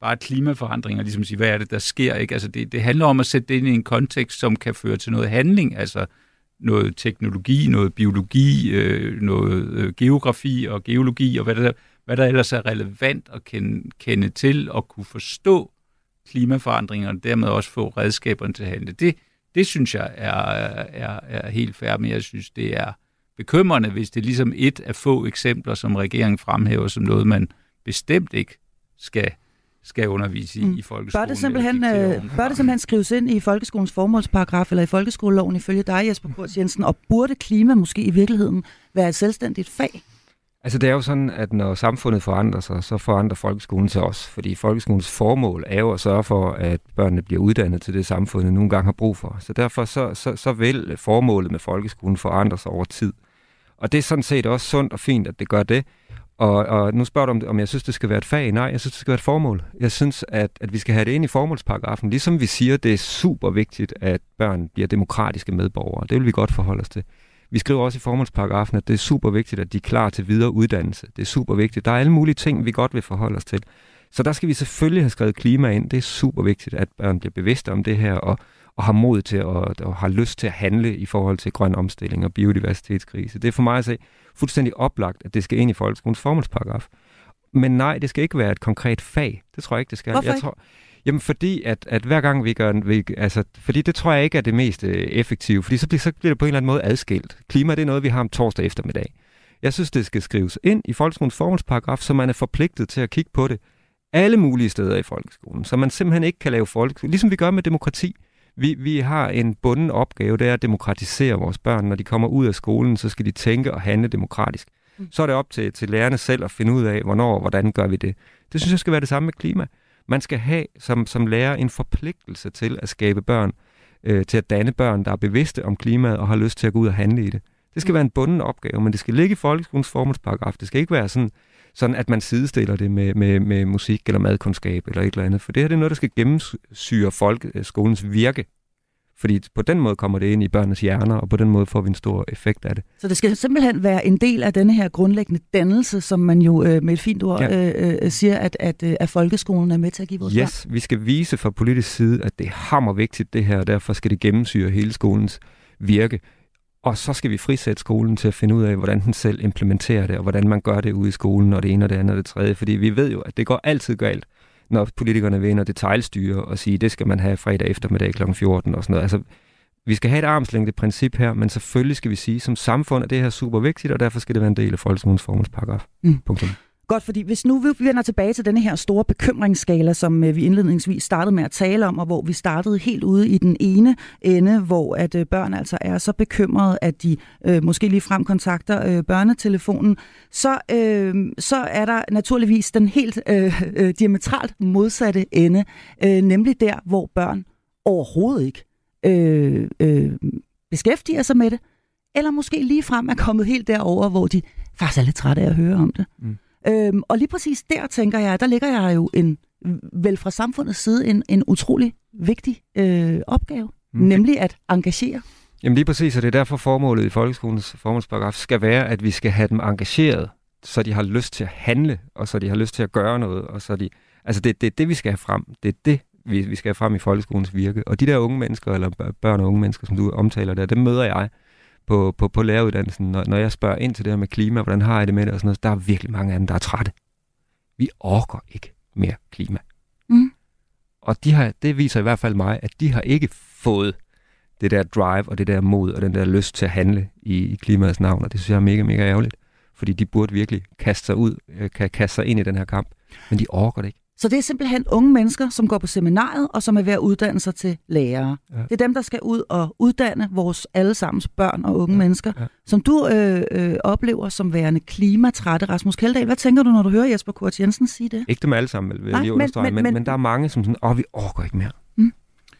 bare klimaforandringer, ligesom sige, hvad er det, der sker, ikke? Altså det, det handler om at sætte det ind i en kontekst, som kan føre til noget handling, altså noget teknologi, noget biologi, øh, noget øh, geografi og geologi, og hvad der, hvad der ellers er relevant at kende, kende til og kunne forstå klimaforandringerne, og dermed også få redskaberne til at handle. Det, det synes jeg er, er, er helt fair, men jeg synes, det er bekymrende, hvis det er ligesom et af få eksempler, som regeringen fremhæver som noget, man bestemt ikke skal, skal undervise i, mm. i folkeskolen. Bør det, simpelthen, øh, bør det simpelthen skrives ind i folkeskolens formålsparagraf eller i folkeskoleloven ifølge dig, Jesper Kurtz Jensen, og burde klima måske i virkeligheden være et selvstændigt fag? Altså det er jo sådan, at når samfundet forandrer sig, så forandrer folkeskolen til os. Fordi folkeskolens formål er jo at sørge for, at børnene bliver uddannet til det, samfundet nogle gange har brug for. Så derfor så, så, så vil formålet med folkeskolen forandre sig over tid. Og det er sådan set også sundt og fint, at det gør det. Og, og nu spørger du, om, om jeg synes, det skal være et fag. Nej, jeg synes, det skal være et formål. Jeg synes, at, at vi skal have det ind i formålsparagrafen. Ligesom vi siger, det er super vigtigt, at børn bliver demokratiske medborgere. Det vil vi godt forholde os til. Vi skriver også i formålsparagrafen, at det er super vigtigt, at de er klar til videre uddannelse. Det er super vigtigt. Der er alle mulige ting, vi godt vil forholde os til. Så der skal vi selvfølgelig have skrevet klima ind. Det er super vigtigt, at børn bliver bevidste om det her, og, og har mod til at, og har lyst til at handle i forhold til grøn omstilling og biodiversitetskrise. Det er for mig at se fuldstændig oplagt, at det skal ind i folkeskolens formålsparagraf. Men nej, det skal ikke være et konkret fag. Det tror jeg ikke, det skal. Hvorfor jeg ikke? tror, Jamen fordi, at, at hver gang vi gør vi, altså, fordi det tror jeg ikke er det mest øh, effektive, fordi så bliver, så bliver det på en eller anden måde adskilt. Klima, det er noget, vi har om torsdag eftermiddag. Jeg synes, det skal skrives ind i folkeskolens formålsparagraf, så man er forpligtet til at kigge på det alle mulige steder i folkeskolen, så man simpelthen ikke kan lave folkeskole, ligesom vi gør med demokrati. Vi, vi har en bunden opgave, det er at demokratisere vores børn. Når de kommer ud af skolen, så skal de tænke og handle demokratisk. Så er det op til, til lærerne selv at finde ud af, hvornår og hvordan gør vi det. Det synes jeg skal være det samme med klima. Man skal have som, som lærer en forpligtelse til at skabe børn, øh, til at danne børn, der er bevidste om klimaet og har lyst til at gå ud og handle i det. Det skal være en bunden opgave, men det skal ligge i folkeskolens formålsparagraf. Det skal ikke være sådan, sådan at man sidestiller det med, med, med musik eller madkundskab eller et eller andet. For det her det er noget, der skal gennemsyre folkeskolens virke. Fordi på den måde kommer det ind i børnenes hjerner, og på den måde får vi en stor effekt af det. Så det skal simpelthen være en del af denne her grundlæggende dannelse, som man jo øh, med et fint ord ja. øh, siger, at, at, at folkeskolen er med til at give vores Yes, børn. Vi skal vise fra politisk side, at det er hammer vigtigt det her, og derfor skal det gennemsyre hele skolens virke. Og så skal vi frisætte skolen til at finde ud af, hvordan den selv implementerer det, og hvordan man gør det ude i skolen, og det ene og det andet og det tredje. Fordi vi ved jo, at det går altid galt, når politikerne vil ind og detailstyre og sige, det skal man have fredag eftermiddag klokken fjorten og sådan noget. Altså, vi skal have et armslængde princip her, men selvfølgelig skal vi sige, som samfund er det her super vigtigt, og derfor skal det være en del af folkeskolens formålsparagraf. Mm. Punktum. Godt, fordi hvis nu vi vender tilbage til denne her store bekymringsskala, som vi indledningsvis startede med at tale om, og hvor vi startede helt ude i den ene ende, hvor at børn altså er så bekymrede, at de øh, måske lige frem kontakter øh, børnetelefonen, så, øh, så er der naturligvis den helt øh, øh, diametralt modsatte ende, øh, nemlig der, hvor børn overhovedet ikke øh, øh, beskæftiger sig med det, eller måske lige frem er kommet helt derover, hvor de faktisk er lidt trætte af at høre om det. Mm. Øhm, og lige præcis der, tænker jeg, der ligger jeg jo en, vel fra samfundets side en, en utrolig vigtig øh, opgave, mm. nemlig at engagere. Jamen lige præcis, og det er derfor formålet i folkeskolens formålsparagraf skal være, at vi skal have dem engageret, så de har lyst til at handle, og så de har lyst til at gøre noget, og så de, altså det, det er det, vi skal have frem. Det er det, vi, vi skal have frem i folkeskolens virke. Og de der unge mennesker, eller børn og unge mennesker, som du omtaler der, dem møder jeg på, på, på læreruddannelsen, når, når jeg spørger ind til det her med klima, hvordan har jeg det med det og sådan noget, der er virkelig mange af dem, der er trætte. Vi orker ikke mere klima. Mm. Og de har, det viser i hvert fald mig, at de har ikke fået det der drive og det der mod og den der lyst til at handle i, i klimaets navn, og det synes jeg er mega, mega ærgerligt, fordi de burde virkelig kaste sig ud, kan kaste sig ind i den her kamp, men de orker det ikke. Så det er simpelthen unge mennesker, som går på seminariet, og som er ved at uddanne sig til lærere. Ja. Det er dem, der skal ud og uddanne vores allesammens børn og unge ja. mennesker, ja. som du øh, øh, oplever som værende klimatrætte. Rasmus Kjeldahl, hvad tænker du, når du hører Jesper Kurtz Jensen sige det? Ikke dem alle sammen, vil jeg lige understrege, men, men, men, men der er mange, som sådan, åh, vi orker ikke mere. Mm.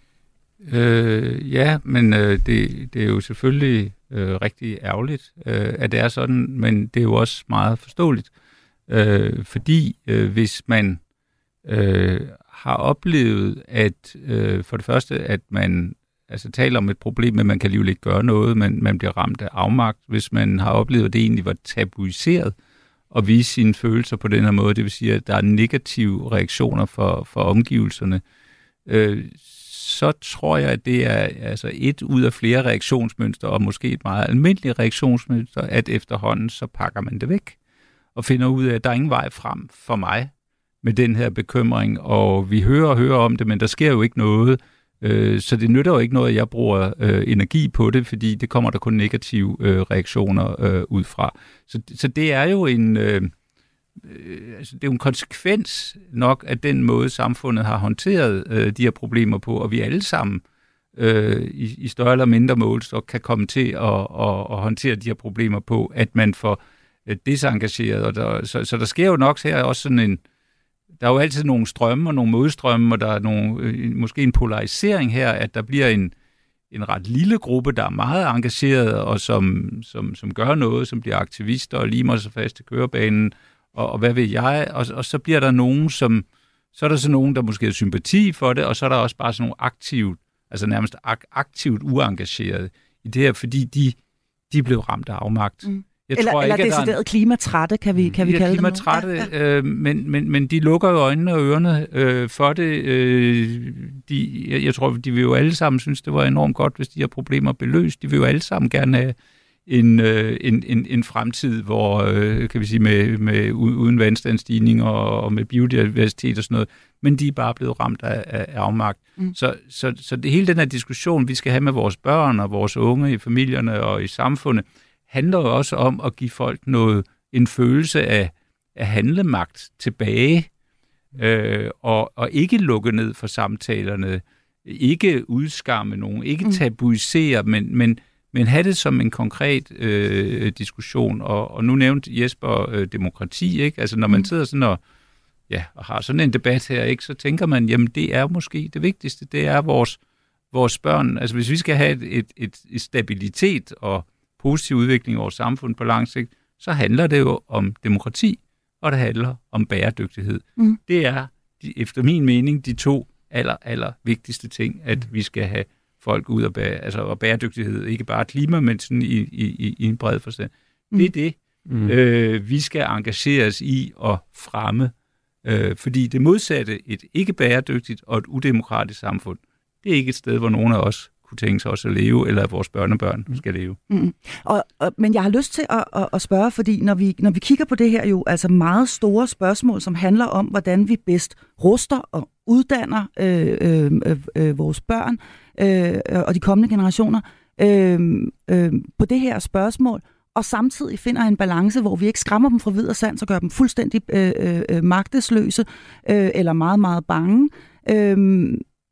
Øh, ja, men øh, det, det er jo selvfølgelig øh, rigtig ærgerligt, øh, at det er sådan, men det er jo også meget forståeligt. Øh, fordi øh, hvis man øh, har oplevet, at øh, for det første, at man altså taler om et problem, men man kan alligevel ikke gøre noget, men man bliver ramt af afmagt, hvis man har oplevet, at det egentlig var tabuiseret at vise sine følelser på den her måde. Det vil sige, at der er negative reaktioner for, for omgivelserne. Øh, så tror jeg, at det er altså et ud af flere reaktionsmønstre, og måske et meget almindeligt reaktionsmønster, at efterhånden så pakker man det væk, og finder ud af, at der er ingen vej frem for mig med den her bekymring, og vi hører og hører om det, men der sker jo ikke noget, øh, så det nytter jo ikke noget, at jeg bruger øh, energi på det, fordi det kommer der kun negative øh, reaktioner øh, ud fra. Så, så det er jo en... Øh, Øh, altså det er jo en konsekvens nok af den måde, samfundet har håndteret øh, de her problemer på, og vi alle sammen øh, i, i større eller mindre målestok kan komme til at, at, at håndtere de her problemer på, at man får øh, desengageret. Og der, så, så der sker jo nok her også sådan en, der er jo altid nogle strømme og nogle modstrømme, og der er nogle, øh, måske en polarisering her, at der bliver en, en ret lille gruppe, der er meget engageret, og som, som, som gør noget, som bliver aktivister og limer sig fast til kørebanen, Og, og hvad ved jeg, og, og så bliver der nogen, som, så er der så nogen, der måske har sympati for det, og så er der også bare sådan nogle aktivt, altså nærmest ak- aktivt uengageret i det her, fordi de, de blev ramt af afmagt. Mm. Jeg eller tror eller ikke, decideret en... klimatrætte, kan vi, kan vi ja, kalde klimatrætte, det nu? Ja, ja. øh, men, men, men de lukker jo øjnene og ørerne øh, for det. Øh, de, jeg, jeg tror, de vil jo alle sammen synes, det var enormt godt, hvis de her problemer blev løst. De vil jo alle sammen gerne have En, en, en, en fremtid, hvor, kan vi sige, med, med uden vandstandsstigning og, og med biodiversitet og sådan noget, men de er bare blevet ramt af, af afmagt. Mm. Så, så, så det hele den her diskussion, vi skal have med vores børn og vores unge i familierne og i samfundet, handler jo også om at give folk noget, en følelse af, af handlemagt tilbage, øh, og, og ikke lukke ned for samtalerne, ikke udskamme nogen, ikke tabuisere, men, men Men have det som en konkret øh, diskussion, og, og nu nævnte Jesper øh, demokrati, ikke? Altså når man sidder sådan og, ja, og har sådan en debat her, ikke, så tænker man, jamen det er måske det vigtigste, det er vores, vores børn. Altså hvis vi skal have et, et, et, et stabilitet og positiv udvikling i vores samfund på lang sigt, så handler det jo om demokrati, og det handler om bæredygtighed. Mm. Det er, de, efter min mening, de to aller, aller vigtigste ting, at vi skal have folk ud af bære, altså, og bæredygtighed, ikke bare klima, men sådan i, i, i en bred forstand. Mm. Det er det, mm. øh, vi skal engageres i at fremme, øh, fordi det modsatte, et ikke bæredygtigt og et udemokratisk samfund, det er ikke et sted, hvor nogen af os kunne tænke sig også at leve, eller at vores børnebørn skal leve. Mm. Og, og, men jeg har lyst til at, at, at spørge, fordi når vi, når vi kigger på det her jo, altså meget store spørgsmål, som handler om, hvordan vi bedst ruster og uddanner øh, øh, øh, vores børn øh, og de kommende generationer øh, øh, på det her spørgsmål, og samtidig finder en balance, hvor vi ikke skræmmer dem fra vid og sans og gør dem fuldstændig øh, øh, magtesløse øh, eller meget, meget bange. Øh,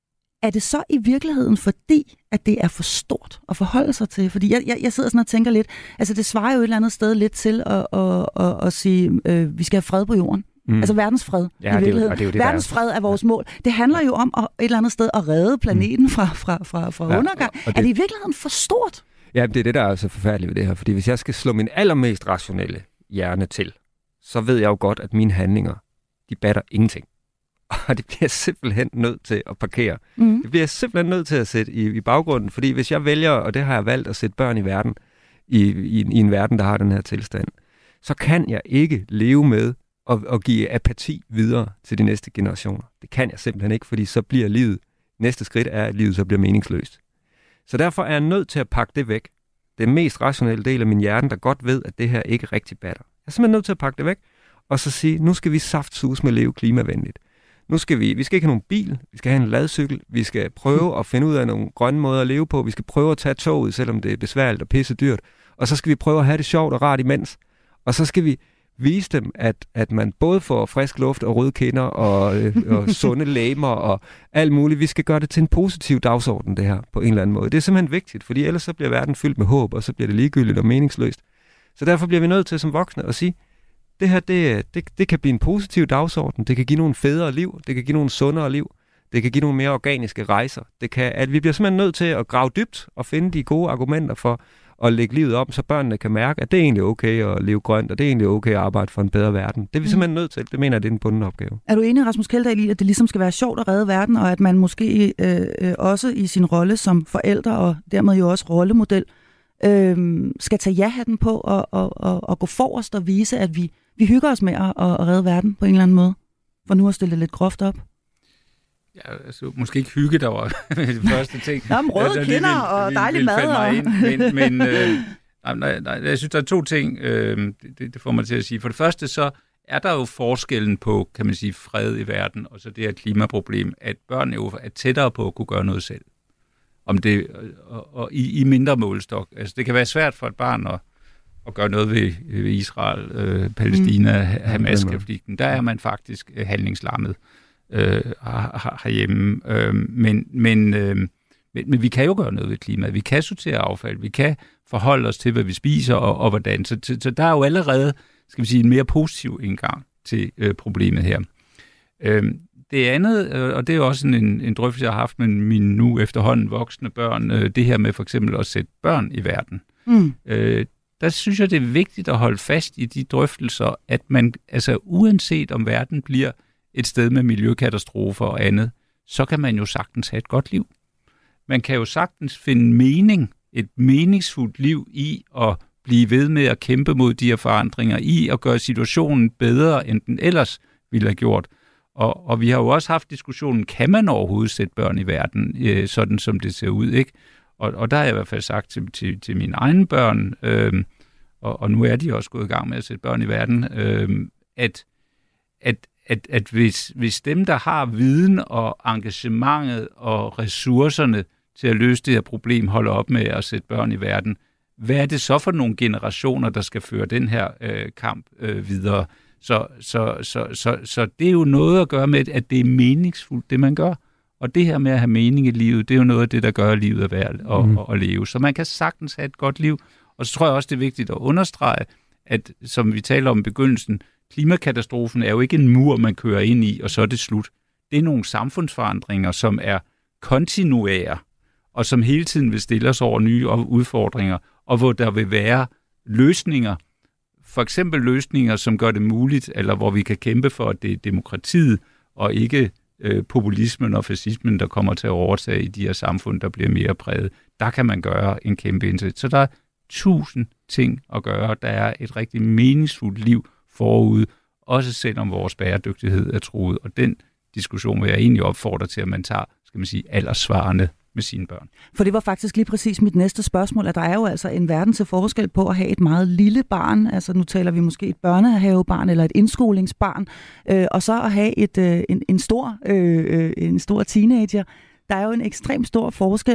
Er det så i virkeligheden fordi, at det er for stort at forholde sig til? Fordi jeg, jeg, jeg sidder sådan og tænker lidt, altså det svarer jo et eller andet sted lidt til at, at, at, at sige, øh, vi skal have fred på jorden. Mm. Altså verdensfred ja, i virkeligheden. Det er jo, det er jo det, verdensfred er vores mål. Det handler jo om at, et eller andet sted at redde planeten fra, fra, fra, fra ja, undergang. Det, er det i virkeligheden for stort? Ja, det er det, der er så forfærdeligt ved det her. Fordi hvis jeg skal slå min allermest rationelle hjerne til, så ved jeg jo godt, at mine handlinger, de batter ingenting. Og det bliver jeg simpelthen nødt til at parkere. Mm. Det bliver jeg simpelthen nødt til at sætte i, i baggrunden, fordi hvis jeg vælger, og det har jeg valgt, at sætte børn i verden, i, i, i en verden, der har den her tilstand, så kan jeg ikke leve med at, at give apati videre til de næste generationer. Det kan jeg simpelthen ikke, fordi så bliver livet, næste skridt er, at livet så bliver meningsløst. Så derfor er jeg nødt til at pakke det væk. Den mest rationelle del af min hjerne, der godt ved, at det her ikke rigtig batter. Jeg er simpelthen nødt til at pakke det væk, og så sige, nu skal vi saftsus med at leve klimavenligt. Nu skal vi, vi skal ikke have nogen bil, vi skal have en ladcykel, vi skal prøve at finde ud af nogle grønne måder at leve på, vi skal prøve at tage toget, selvom det er besværligt og pisse dyrt, og så skal vi prøve at have det sjovt og rart imens, og så skal vi vise dem, at, at man både får frisk luft og røde kinder og, øh, og sunde legemer og alt muligt. Vi skal gøre det til en positiv dagsorden, det her, på en eller anden måde. Det er simpelthen vigtigt, fordi ellers så bliver verden fyldt med håb, og så bliver det ligegyldigt og meningsløst. Så derfor bliver vi nødt til som voksne at sige, det her, det, det, det kan blive en positiv dagsorden. Det kan give nogle federe liv. Det kan give nogle sundere liv. Det kan give nogle mere organiske rejser. Det kan, at vi bliver simpelthen nødt til at grave dybt og finde de gode argumenter for at lægge livet om, så børnene kan mærke, at det er egentlig okay at leve grønt, og det er egentlig okay at arbejde for en bedre verden. Det er vi simpelthen nødt til. Det mener jeg, det er en bunden opgave. Er du enig, Rasmus Kjeldahl, i, at det ligesom skal være sjovt at redde verden, og at man måske øh, øh, også i sin rolle som forældre, og dermed jo også rollemodel, øh, skal tage ja-hatten på og, og, og, og gå forrest og vise, at vi vi hygger os med at, at redde verden på en eller anden måde? For nu at stille det lidt groft op. Ja, altså, måske ikke hygge, der var det første ting. Nå, men røde altså, kinder vil, og vil, dejlig vil mad. Og... ind, men men øh, nej, nej, nej, jeg synes, der er to ting, øh, det, det får mig til at sige. For det første, så er der jo forskellen på, kan man sige, fred i verden, og så det her klimaproblem, at børn jo er tættere på at kunne gøre noget selv. Om det, og, og i, i mindre målestok. Altså, det kan være svært for et barn at, at gøre noget ved, ved Israel, øh, Palæstina, mm. Hamas-konflikten. Der er man faktisk handlingslammet øh, herhjemme. Øh, men, men, øh, men, men vi kan jo gøre noget ved klimaet. Vi kan sortere affald. Vi kan forholde os til, hvad vi spiser og, og hvordan. Så, så, så der er jo allerede, skal vi sige, en mere positiv indgang til øh, problemet her. Øh, Det andet, og det er også en, en drøftelse, jeg har haft med mine nu efterhånden voksne børn, det her med for eksempel at sætte børn i verden. Mm. Øh, der synes jeg, det er vigtigt at holde fast i de drøftelser, at man, altså uanset om verden bliver et sted med miljøkatastrofer og andet, så kan man jo sagtens have et godt liv. Man kan jo sagtens finde mening, et meningsfuldt liv i at blive ved med at kæmpe mod de her forandringer, i at gøre situationen bedre, end den ellers ville have gjort. Og, og vi har jo også haft diskussionen, kan man overhovedet sætte børn i verden, øh, sådan som det ser ud, ikke? Og, og der har jeg i hvert fald sagt til, til, til mine egne børn, øh, og, og nu er de også gået i gang med at sætte børn i verden, øh, at, at, at, at hvis, hvis dem, der har viden og engagementet og ressourcerne til at løse det her problem, holder op med at sætte børn i verden, hvad er det så for nogle generationer, der skal føre den her øh, kamp øh, videre? Så, så, så, så, så det er jo noget at gøre med, at det er meningsfuldt, det man gør. Og det her med at have mening i livet, det er jo noget af det, der gør livet er værd at, mm. at, at leve. Så man kan sagtens have et godt liv. Og så tror jeg også, det er vigtigt at understrege, at som vi taler om i begyndelsen, klimakatastrofen er jo ikke en mur, man kører ind i, og så er det slut. Det er nogle samfundsforandringer, som er kontinuære, og som hele tiden vil stille os over nye udfordringer, og hvor der vil være løsninger, for eksempel løsninger, som gør det muligt, eller hvor vi kan kæmpe for, at det er demokratiet, og ikke øh, populismen og fascismen, der kommer til at overtage i de her samfund, der bliver mere præget. Der kan man gøre en kæmpe indsats. Så der er tusind ting at gøre. Der er et rigtig meningsfuldt liv forude, også selvom vores bæredygtighed er truet. Og den diskussion vil jeg egentlig opfordre til, at man tager, skal man sige, alderssvarende med sine børn. For det var faktisk lige præcis mit næste spørgsmål, at der er jo altså en verden til forskel på at have et meget lille barn, altså nu taler vi måske et børnehavebarn eller et indskolingsbarn, øh, og så at have et, øh, en, en, stor, øh, en stor teenager. Der er jo en ekstremt stor forskel,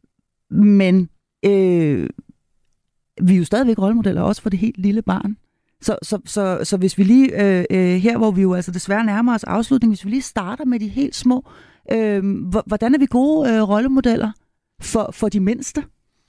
men øh, vi er jo stadigvæk rollemodeller også for det helt lille barn. Så, så, så, så hvis vi lige, øh, her hvor vi jo altså desværre nærmer os afslutning, hvis vi lige starter med de helt små, øh, hvordan er vi gode øh, rollemodeller for, for de mindste?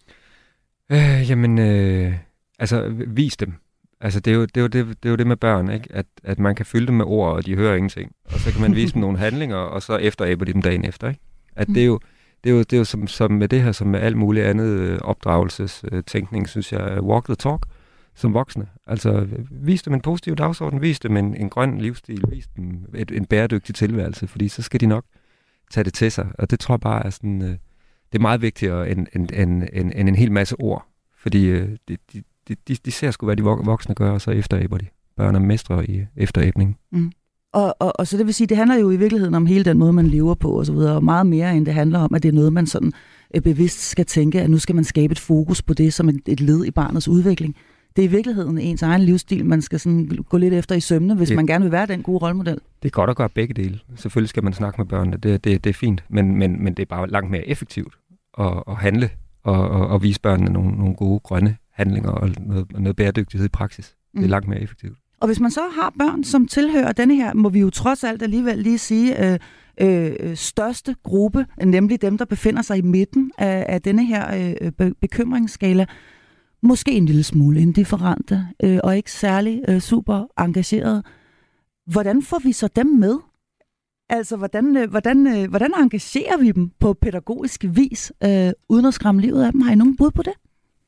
Øh, jamen, øh, altså vis dem. Altså det er jo det, er jo det, det, er jo det med børn, ikke? At, at man kan fylde dem med ord, og de hører ingenting. Og så kan man vise dem nogle handlinger, og så efteraber de dem dagen efter, ikke? At det er jo, det er jo, det er jo som, som med det her, som med alt muligt andet opdragelsestænkning, synes jeg, walk the talk. Som voksne. Altså, vis dem en positiv dagsorden, vis dem en, en grøn livsstil, vis dem et, en bæredygtig tilværelse, fordi så skal de nok tage det til sig. Og det tror jeg bare er sådan, øh, det er meget vigtigere end, end, end, end, end en hel masse ord, fordi øh, de, de, de, de ser sgu, hvad de voksne gør, og så efteræber de. Børn er mestre i efteræbning. Mm. Og, og, og så det vil sige, det handler jo i virkeligheden om hele den måde, man lever på og så videre, og meget mere end det handler om, at det er noget, man sådan øh, bevidst skal tænke, at nu skal man skabe et fokus på det som et, et led i barnets udvikling. Det er i virkeligheden ens egen livsstil, man skal sådan gå lidt efter i sømne, hvis det, man gerne vil være den gode rollemodel. Det er godt at gøre begge dele. Selvfølgelig skal man snakke med børnene, det, det, det er fint, men, men, men det er bare langt mere effektivt at, at handle og, og, og vise børnene nogle, nogle gode grønne handlinger og noget, noget bæredygtighed i praksis. Det er mm. langt mere effektivt. Og hvis man så har børn, som tilhører denne her, må vi jo trods alt alligevel lige sige, øh, øh, største gruppe, nemlig dem, der befinder sig i midten af, af denne her øh, be- bekymringsskala, måske en lille smule indifferente, øh, og ikke særlig øh, super engageret. Hvordan får vi så dem med? Altså, hvordan, øh, hvordan, øh, hvordan engagerer vi dem på pædagogisk vis, øh, uden at skræmme livet af dem? Har I nogen bud på det?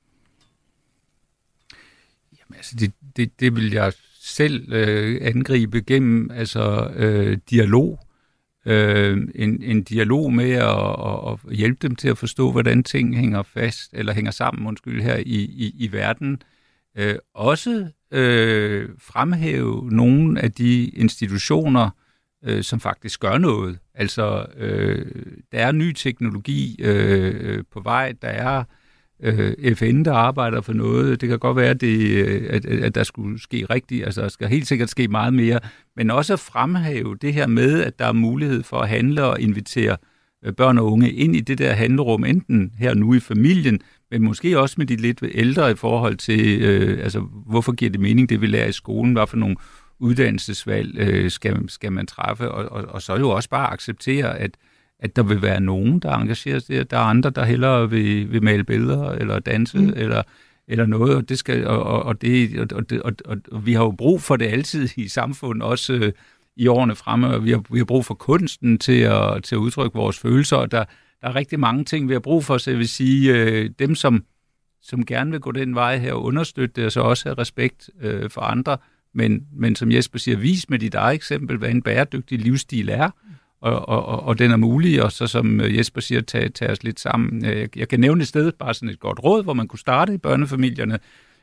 Jamen, altså, det, det, det vil jeg selv øh, angribe gennem altså, øh, dialog. Øh, en, en dialog med at, at hjælpe dem til at forstå, hvordan ting hænger fast, eller hænger sammen, undskyld, her i, i, i verden. øh, også øh, fremhæve nogle af de institutioner, øh, som faktisk gør noget. Altså, øh, der er ny teknologi øh, på vej, der er øh, F N, der arbejder for noget. Det kan godt være, at, det, at, at der skulle ske rigtigt, altså der skal helt sikkert ske meget mere, men også at fremhæve det her med, at der er mulighed for at handle og invitere børn og unge ind i det der handlerum, enten her nu i familien, men måske også med de lidt ældre i forhold til, øh, altså hvorfor giver det mening, det vi lærer i skolen, hvad for nogle uddannelsesvalg øh, skal, skal man træffe, og, og, og så jo også bare acceptere, at, at der vil være nogen, der engagerer sig, der er andre, der hellere vil, vil male billeder, eller danse, mm. eller, eller noget, og det skal, og, og, og, det, og, og, og, og, og vi har jo brug for det altid i samfundet, også øh, i årene fremme, og vi har, vi har brug for kunsten til at, til at udtrykke vores følelser, og der, der er rigtig mange ting, vi har brug for, så jeg vil sige, øh, dem som, som gerne vil gå den vej her og understøtte det, og så også have respekt øh, for andre, men, men som Jesper siger, vis med dit eget eksempel, hvad en bæredygtig livsstil er, og, og, og, og den er mulig, og så som Jesper siger, tage, tage os lidt sammen. Jeg, jeg kan nævne et sted, bare sådan et godt råd, hvor man kunne starte i børnefamilierne.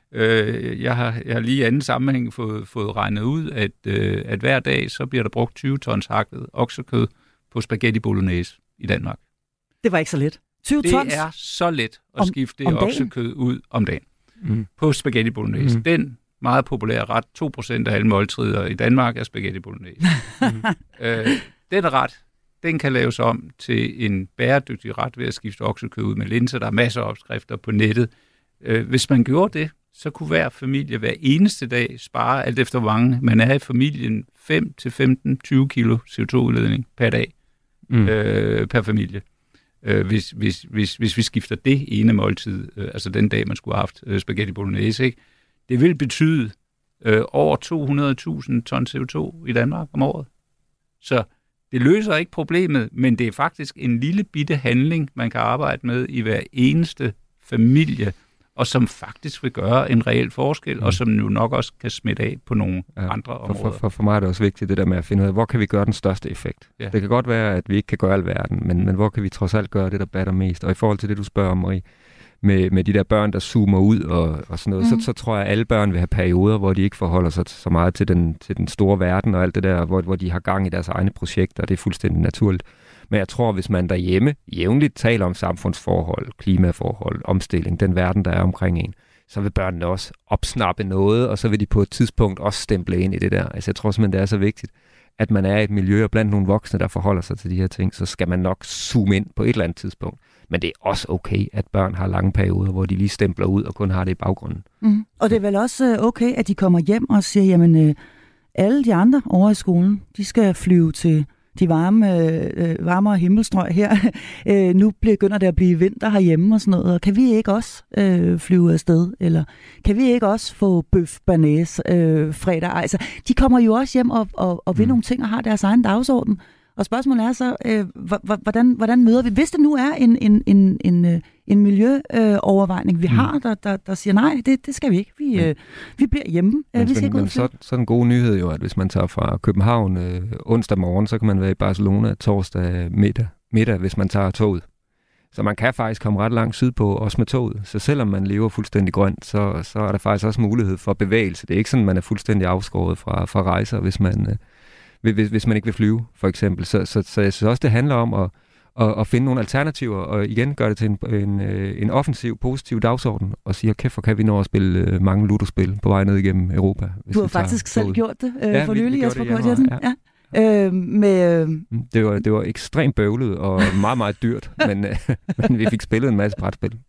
Jeg har, jeg har lige i anden sammenhæng fået, fået regnet ud, at, at hver dag, så bliver der brugt tyve tons hakket oksekød på spaghetti bolognese i Danmark. Det var ikke så let. tyve det tons? Det er så let at om, skifte det oksekød ud om dagen mm. på spaghetti bolognese. Mm. Den meget populære ret, to procent af alle måltider i Danmark er spaghetti bolognese. mm. øh, den ret, den kan laves om til en bæredygtig ret ved at skifte oksekød ud med linser. Der er masser af opskrifter på nettet. Øh, hvis man gjorde det, så kunne hver familie hver eneste dag spare, alt efter hvor mange man er i familien, fem til femten til tyve kilo C O to udledning per dag, mm. øh, per familie. Øh, hvis, hvis, hvis, hvis vi skifter det ene måltid, øh, altså den dag, man skulle have haft øh, spaghetti bolognese, ikke? Det vil betyde øh, over to hundrede tusind ton C O to i Danmark om året. Så det løser ikke problemet, men det er faktisk en lille bitte handling, man kan arbejde med i hver eneste familie, og som faktisk vil gøre en reel forskel, mm. og som nu nok også kan smitte af på nogle ja, andre områder. For, for, for mig er det også vigtigt det der med at finde ud af, hvor kan vi gøre den største effekt? Ja. Det kan godt være, at vi ikke kan gøre alverden, men, men hvor kan vi trods alt gøre det, der batter mest? Og i forhold til det, du spørger om, Marie, med, med de der børn, der zoomer ud og, og sådan noget, mm. så, så tror jeg, at alle børn vil have perioder, hvor de ikke forholder sig så meget til den, til den store verden og alt det der, hvor, hvor de har gang i deres egne projekter, og det er fuldstændig naturligt. Men jeg tror, hvis man derhjemme jævnligt taler om samfundsforhold, klimaforhold, omstilling, den verden, der er omkring en, så vil børnene også opsnappe noget, og så vil de på et tidspunkt også stemple ind i det der. Altså jeg tror simpelthen, det er så vigtigt, at man er i et miljø, og blandt nogle voksne, der forholder sig til de her ting, så skal man nok zoome ind på et eller andet tidspunkt. Men det er også okay, at børn har lange perioder, hvor de lige stempler ud og kun har det i baggrunden. Mm. Og det er vel også okay, at de kommer hjem og siger, jamen øh, alle de andre over i skolen, de skal flyve til de varme, øh, varmere himmelstrøg her. øh, nu begynder det at blive vinter herhjemme og sådan noget, og kan vi ikke også øh, flyve afsted? Eller kan vi ikke også få bøf banæs øh, fredag? Altså, de kommer jo også hjem og, og, og vil mm. nogle ting og har deres egen dagsorden. Og spørgsmålet er så, øh, hvordan, hvordan møder vi, hvis det nu er en, en, en, en, en miljøovervejning, vi mm. har, der, der, der siger, nej, det, det skal vi ikke. Vi, øh, vi bliver hjemme. Men, vi skal men, men så, så er den gode nyhed jo, at hvis man tager fra København øh, onsdag morgen, så kan man være i Barcelona torsdag middag, middag, hvis man tager toget. Så man kan faktisk komme ret langt sydpå, også med toget. Så selvom man lever fuldstændig grønt, så, så er der faktisk også mulighed for bevægelse. Det er ikke sådan, man er fuldstændig afskåret fra, fra rejser, hvis man... Øh, Hvis, hvis man ikke vil flyve, for eksempel. Så, så, så jeg synes også, det handler om at, at, at finde nogle alternativer, og igen gøre det til en, en, en offensiv, positiv dagsorden, og sige, kæft, hvor kan vi nå at spille mange ludospil på vej ned igennem Europa. Du har faktisk selv toget. gjort det øh, ja, for nylig, Jesper Kort Jensen. Ja. Ja. Øh, med, øh... det, var, det var ekstremt bøvlet og meget, meget dyrt, men, men vi fik spillet en masse brætspil.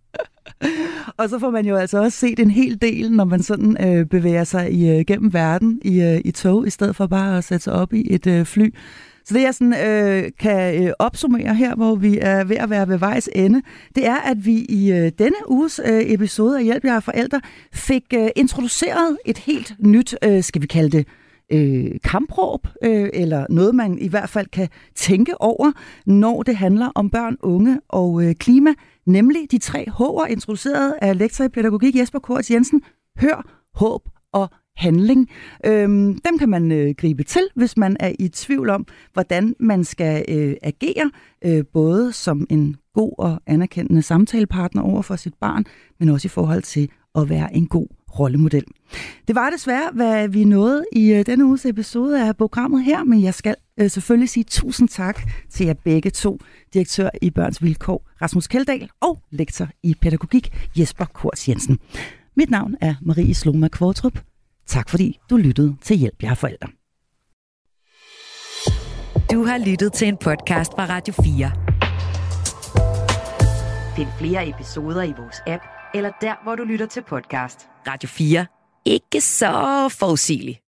Og så får man jo altså også set en hel del, når man sådan øh, bevæger sig i, øh, gennem verden i, øh, i tog, i stedet for bare at sætte sig op i et øh, fly. Så det jeg sådan, øh, kan øh, opsummere her, hvor vi er ved at være ved vejs ende, det er, at vi i øh, denne uges øh, episode af Hjælp jer forældre fik øh, introduceret et helt nyt, øh, skal vi kalde det, øh, kampråb, øh, eller noget, man i hvert fald kan tænke over, når det handler om børn, unge og øh, klima, nemlig de tre H'er, introduceret af lektor i pædagogik Jesper Kort Jensen. Hør, håb og handling. Øhm, dem kan man øh, gribe til, hvis man er i tvivl om, hvordan man skal øh, agere, øh, både som en god og anerkendende samtalepartner over for sit barn, men også i forhold til at være en god rollemodel. Det var desværre, hvad vi nåede i øh, denne uges episode af programmet her, men jeg skal øh, selvfølgelig sige tusind tak til jer begge to, direktør i Børns Vilkår Rasmus Kjeldahl og lektor i pædagogik Jesper Kors Jensen. Mit navn er Marie Sloma Kvartrup. Tak fordi du lyttede til Hjælp jer forældre. Du har lyttet til en podcast fra Radio fire. Find flere episoder i vores app, eller der, hvor du lytter til podcast. Radio fire. Ikke så forudsigeligt.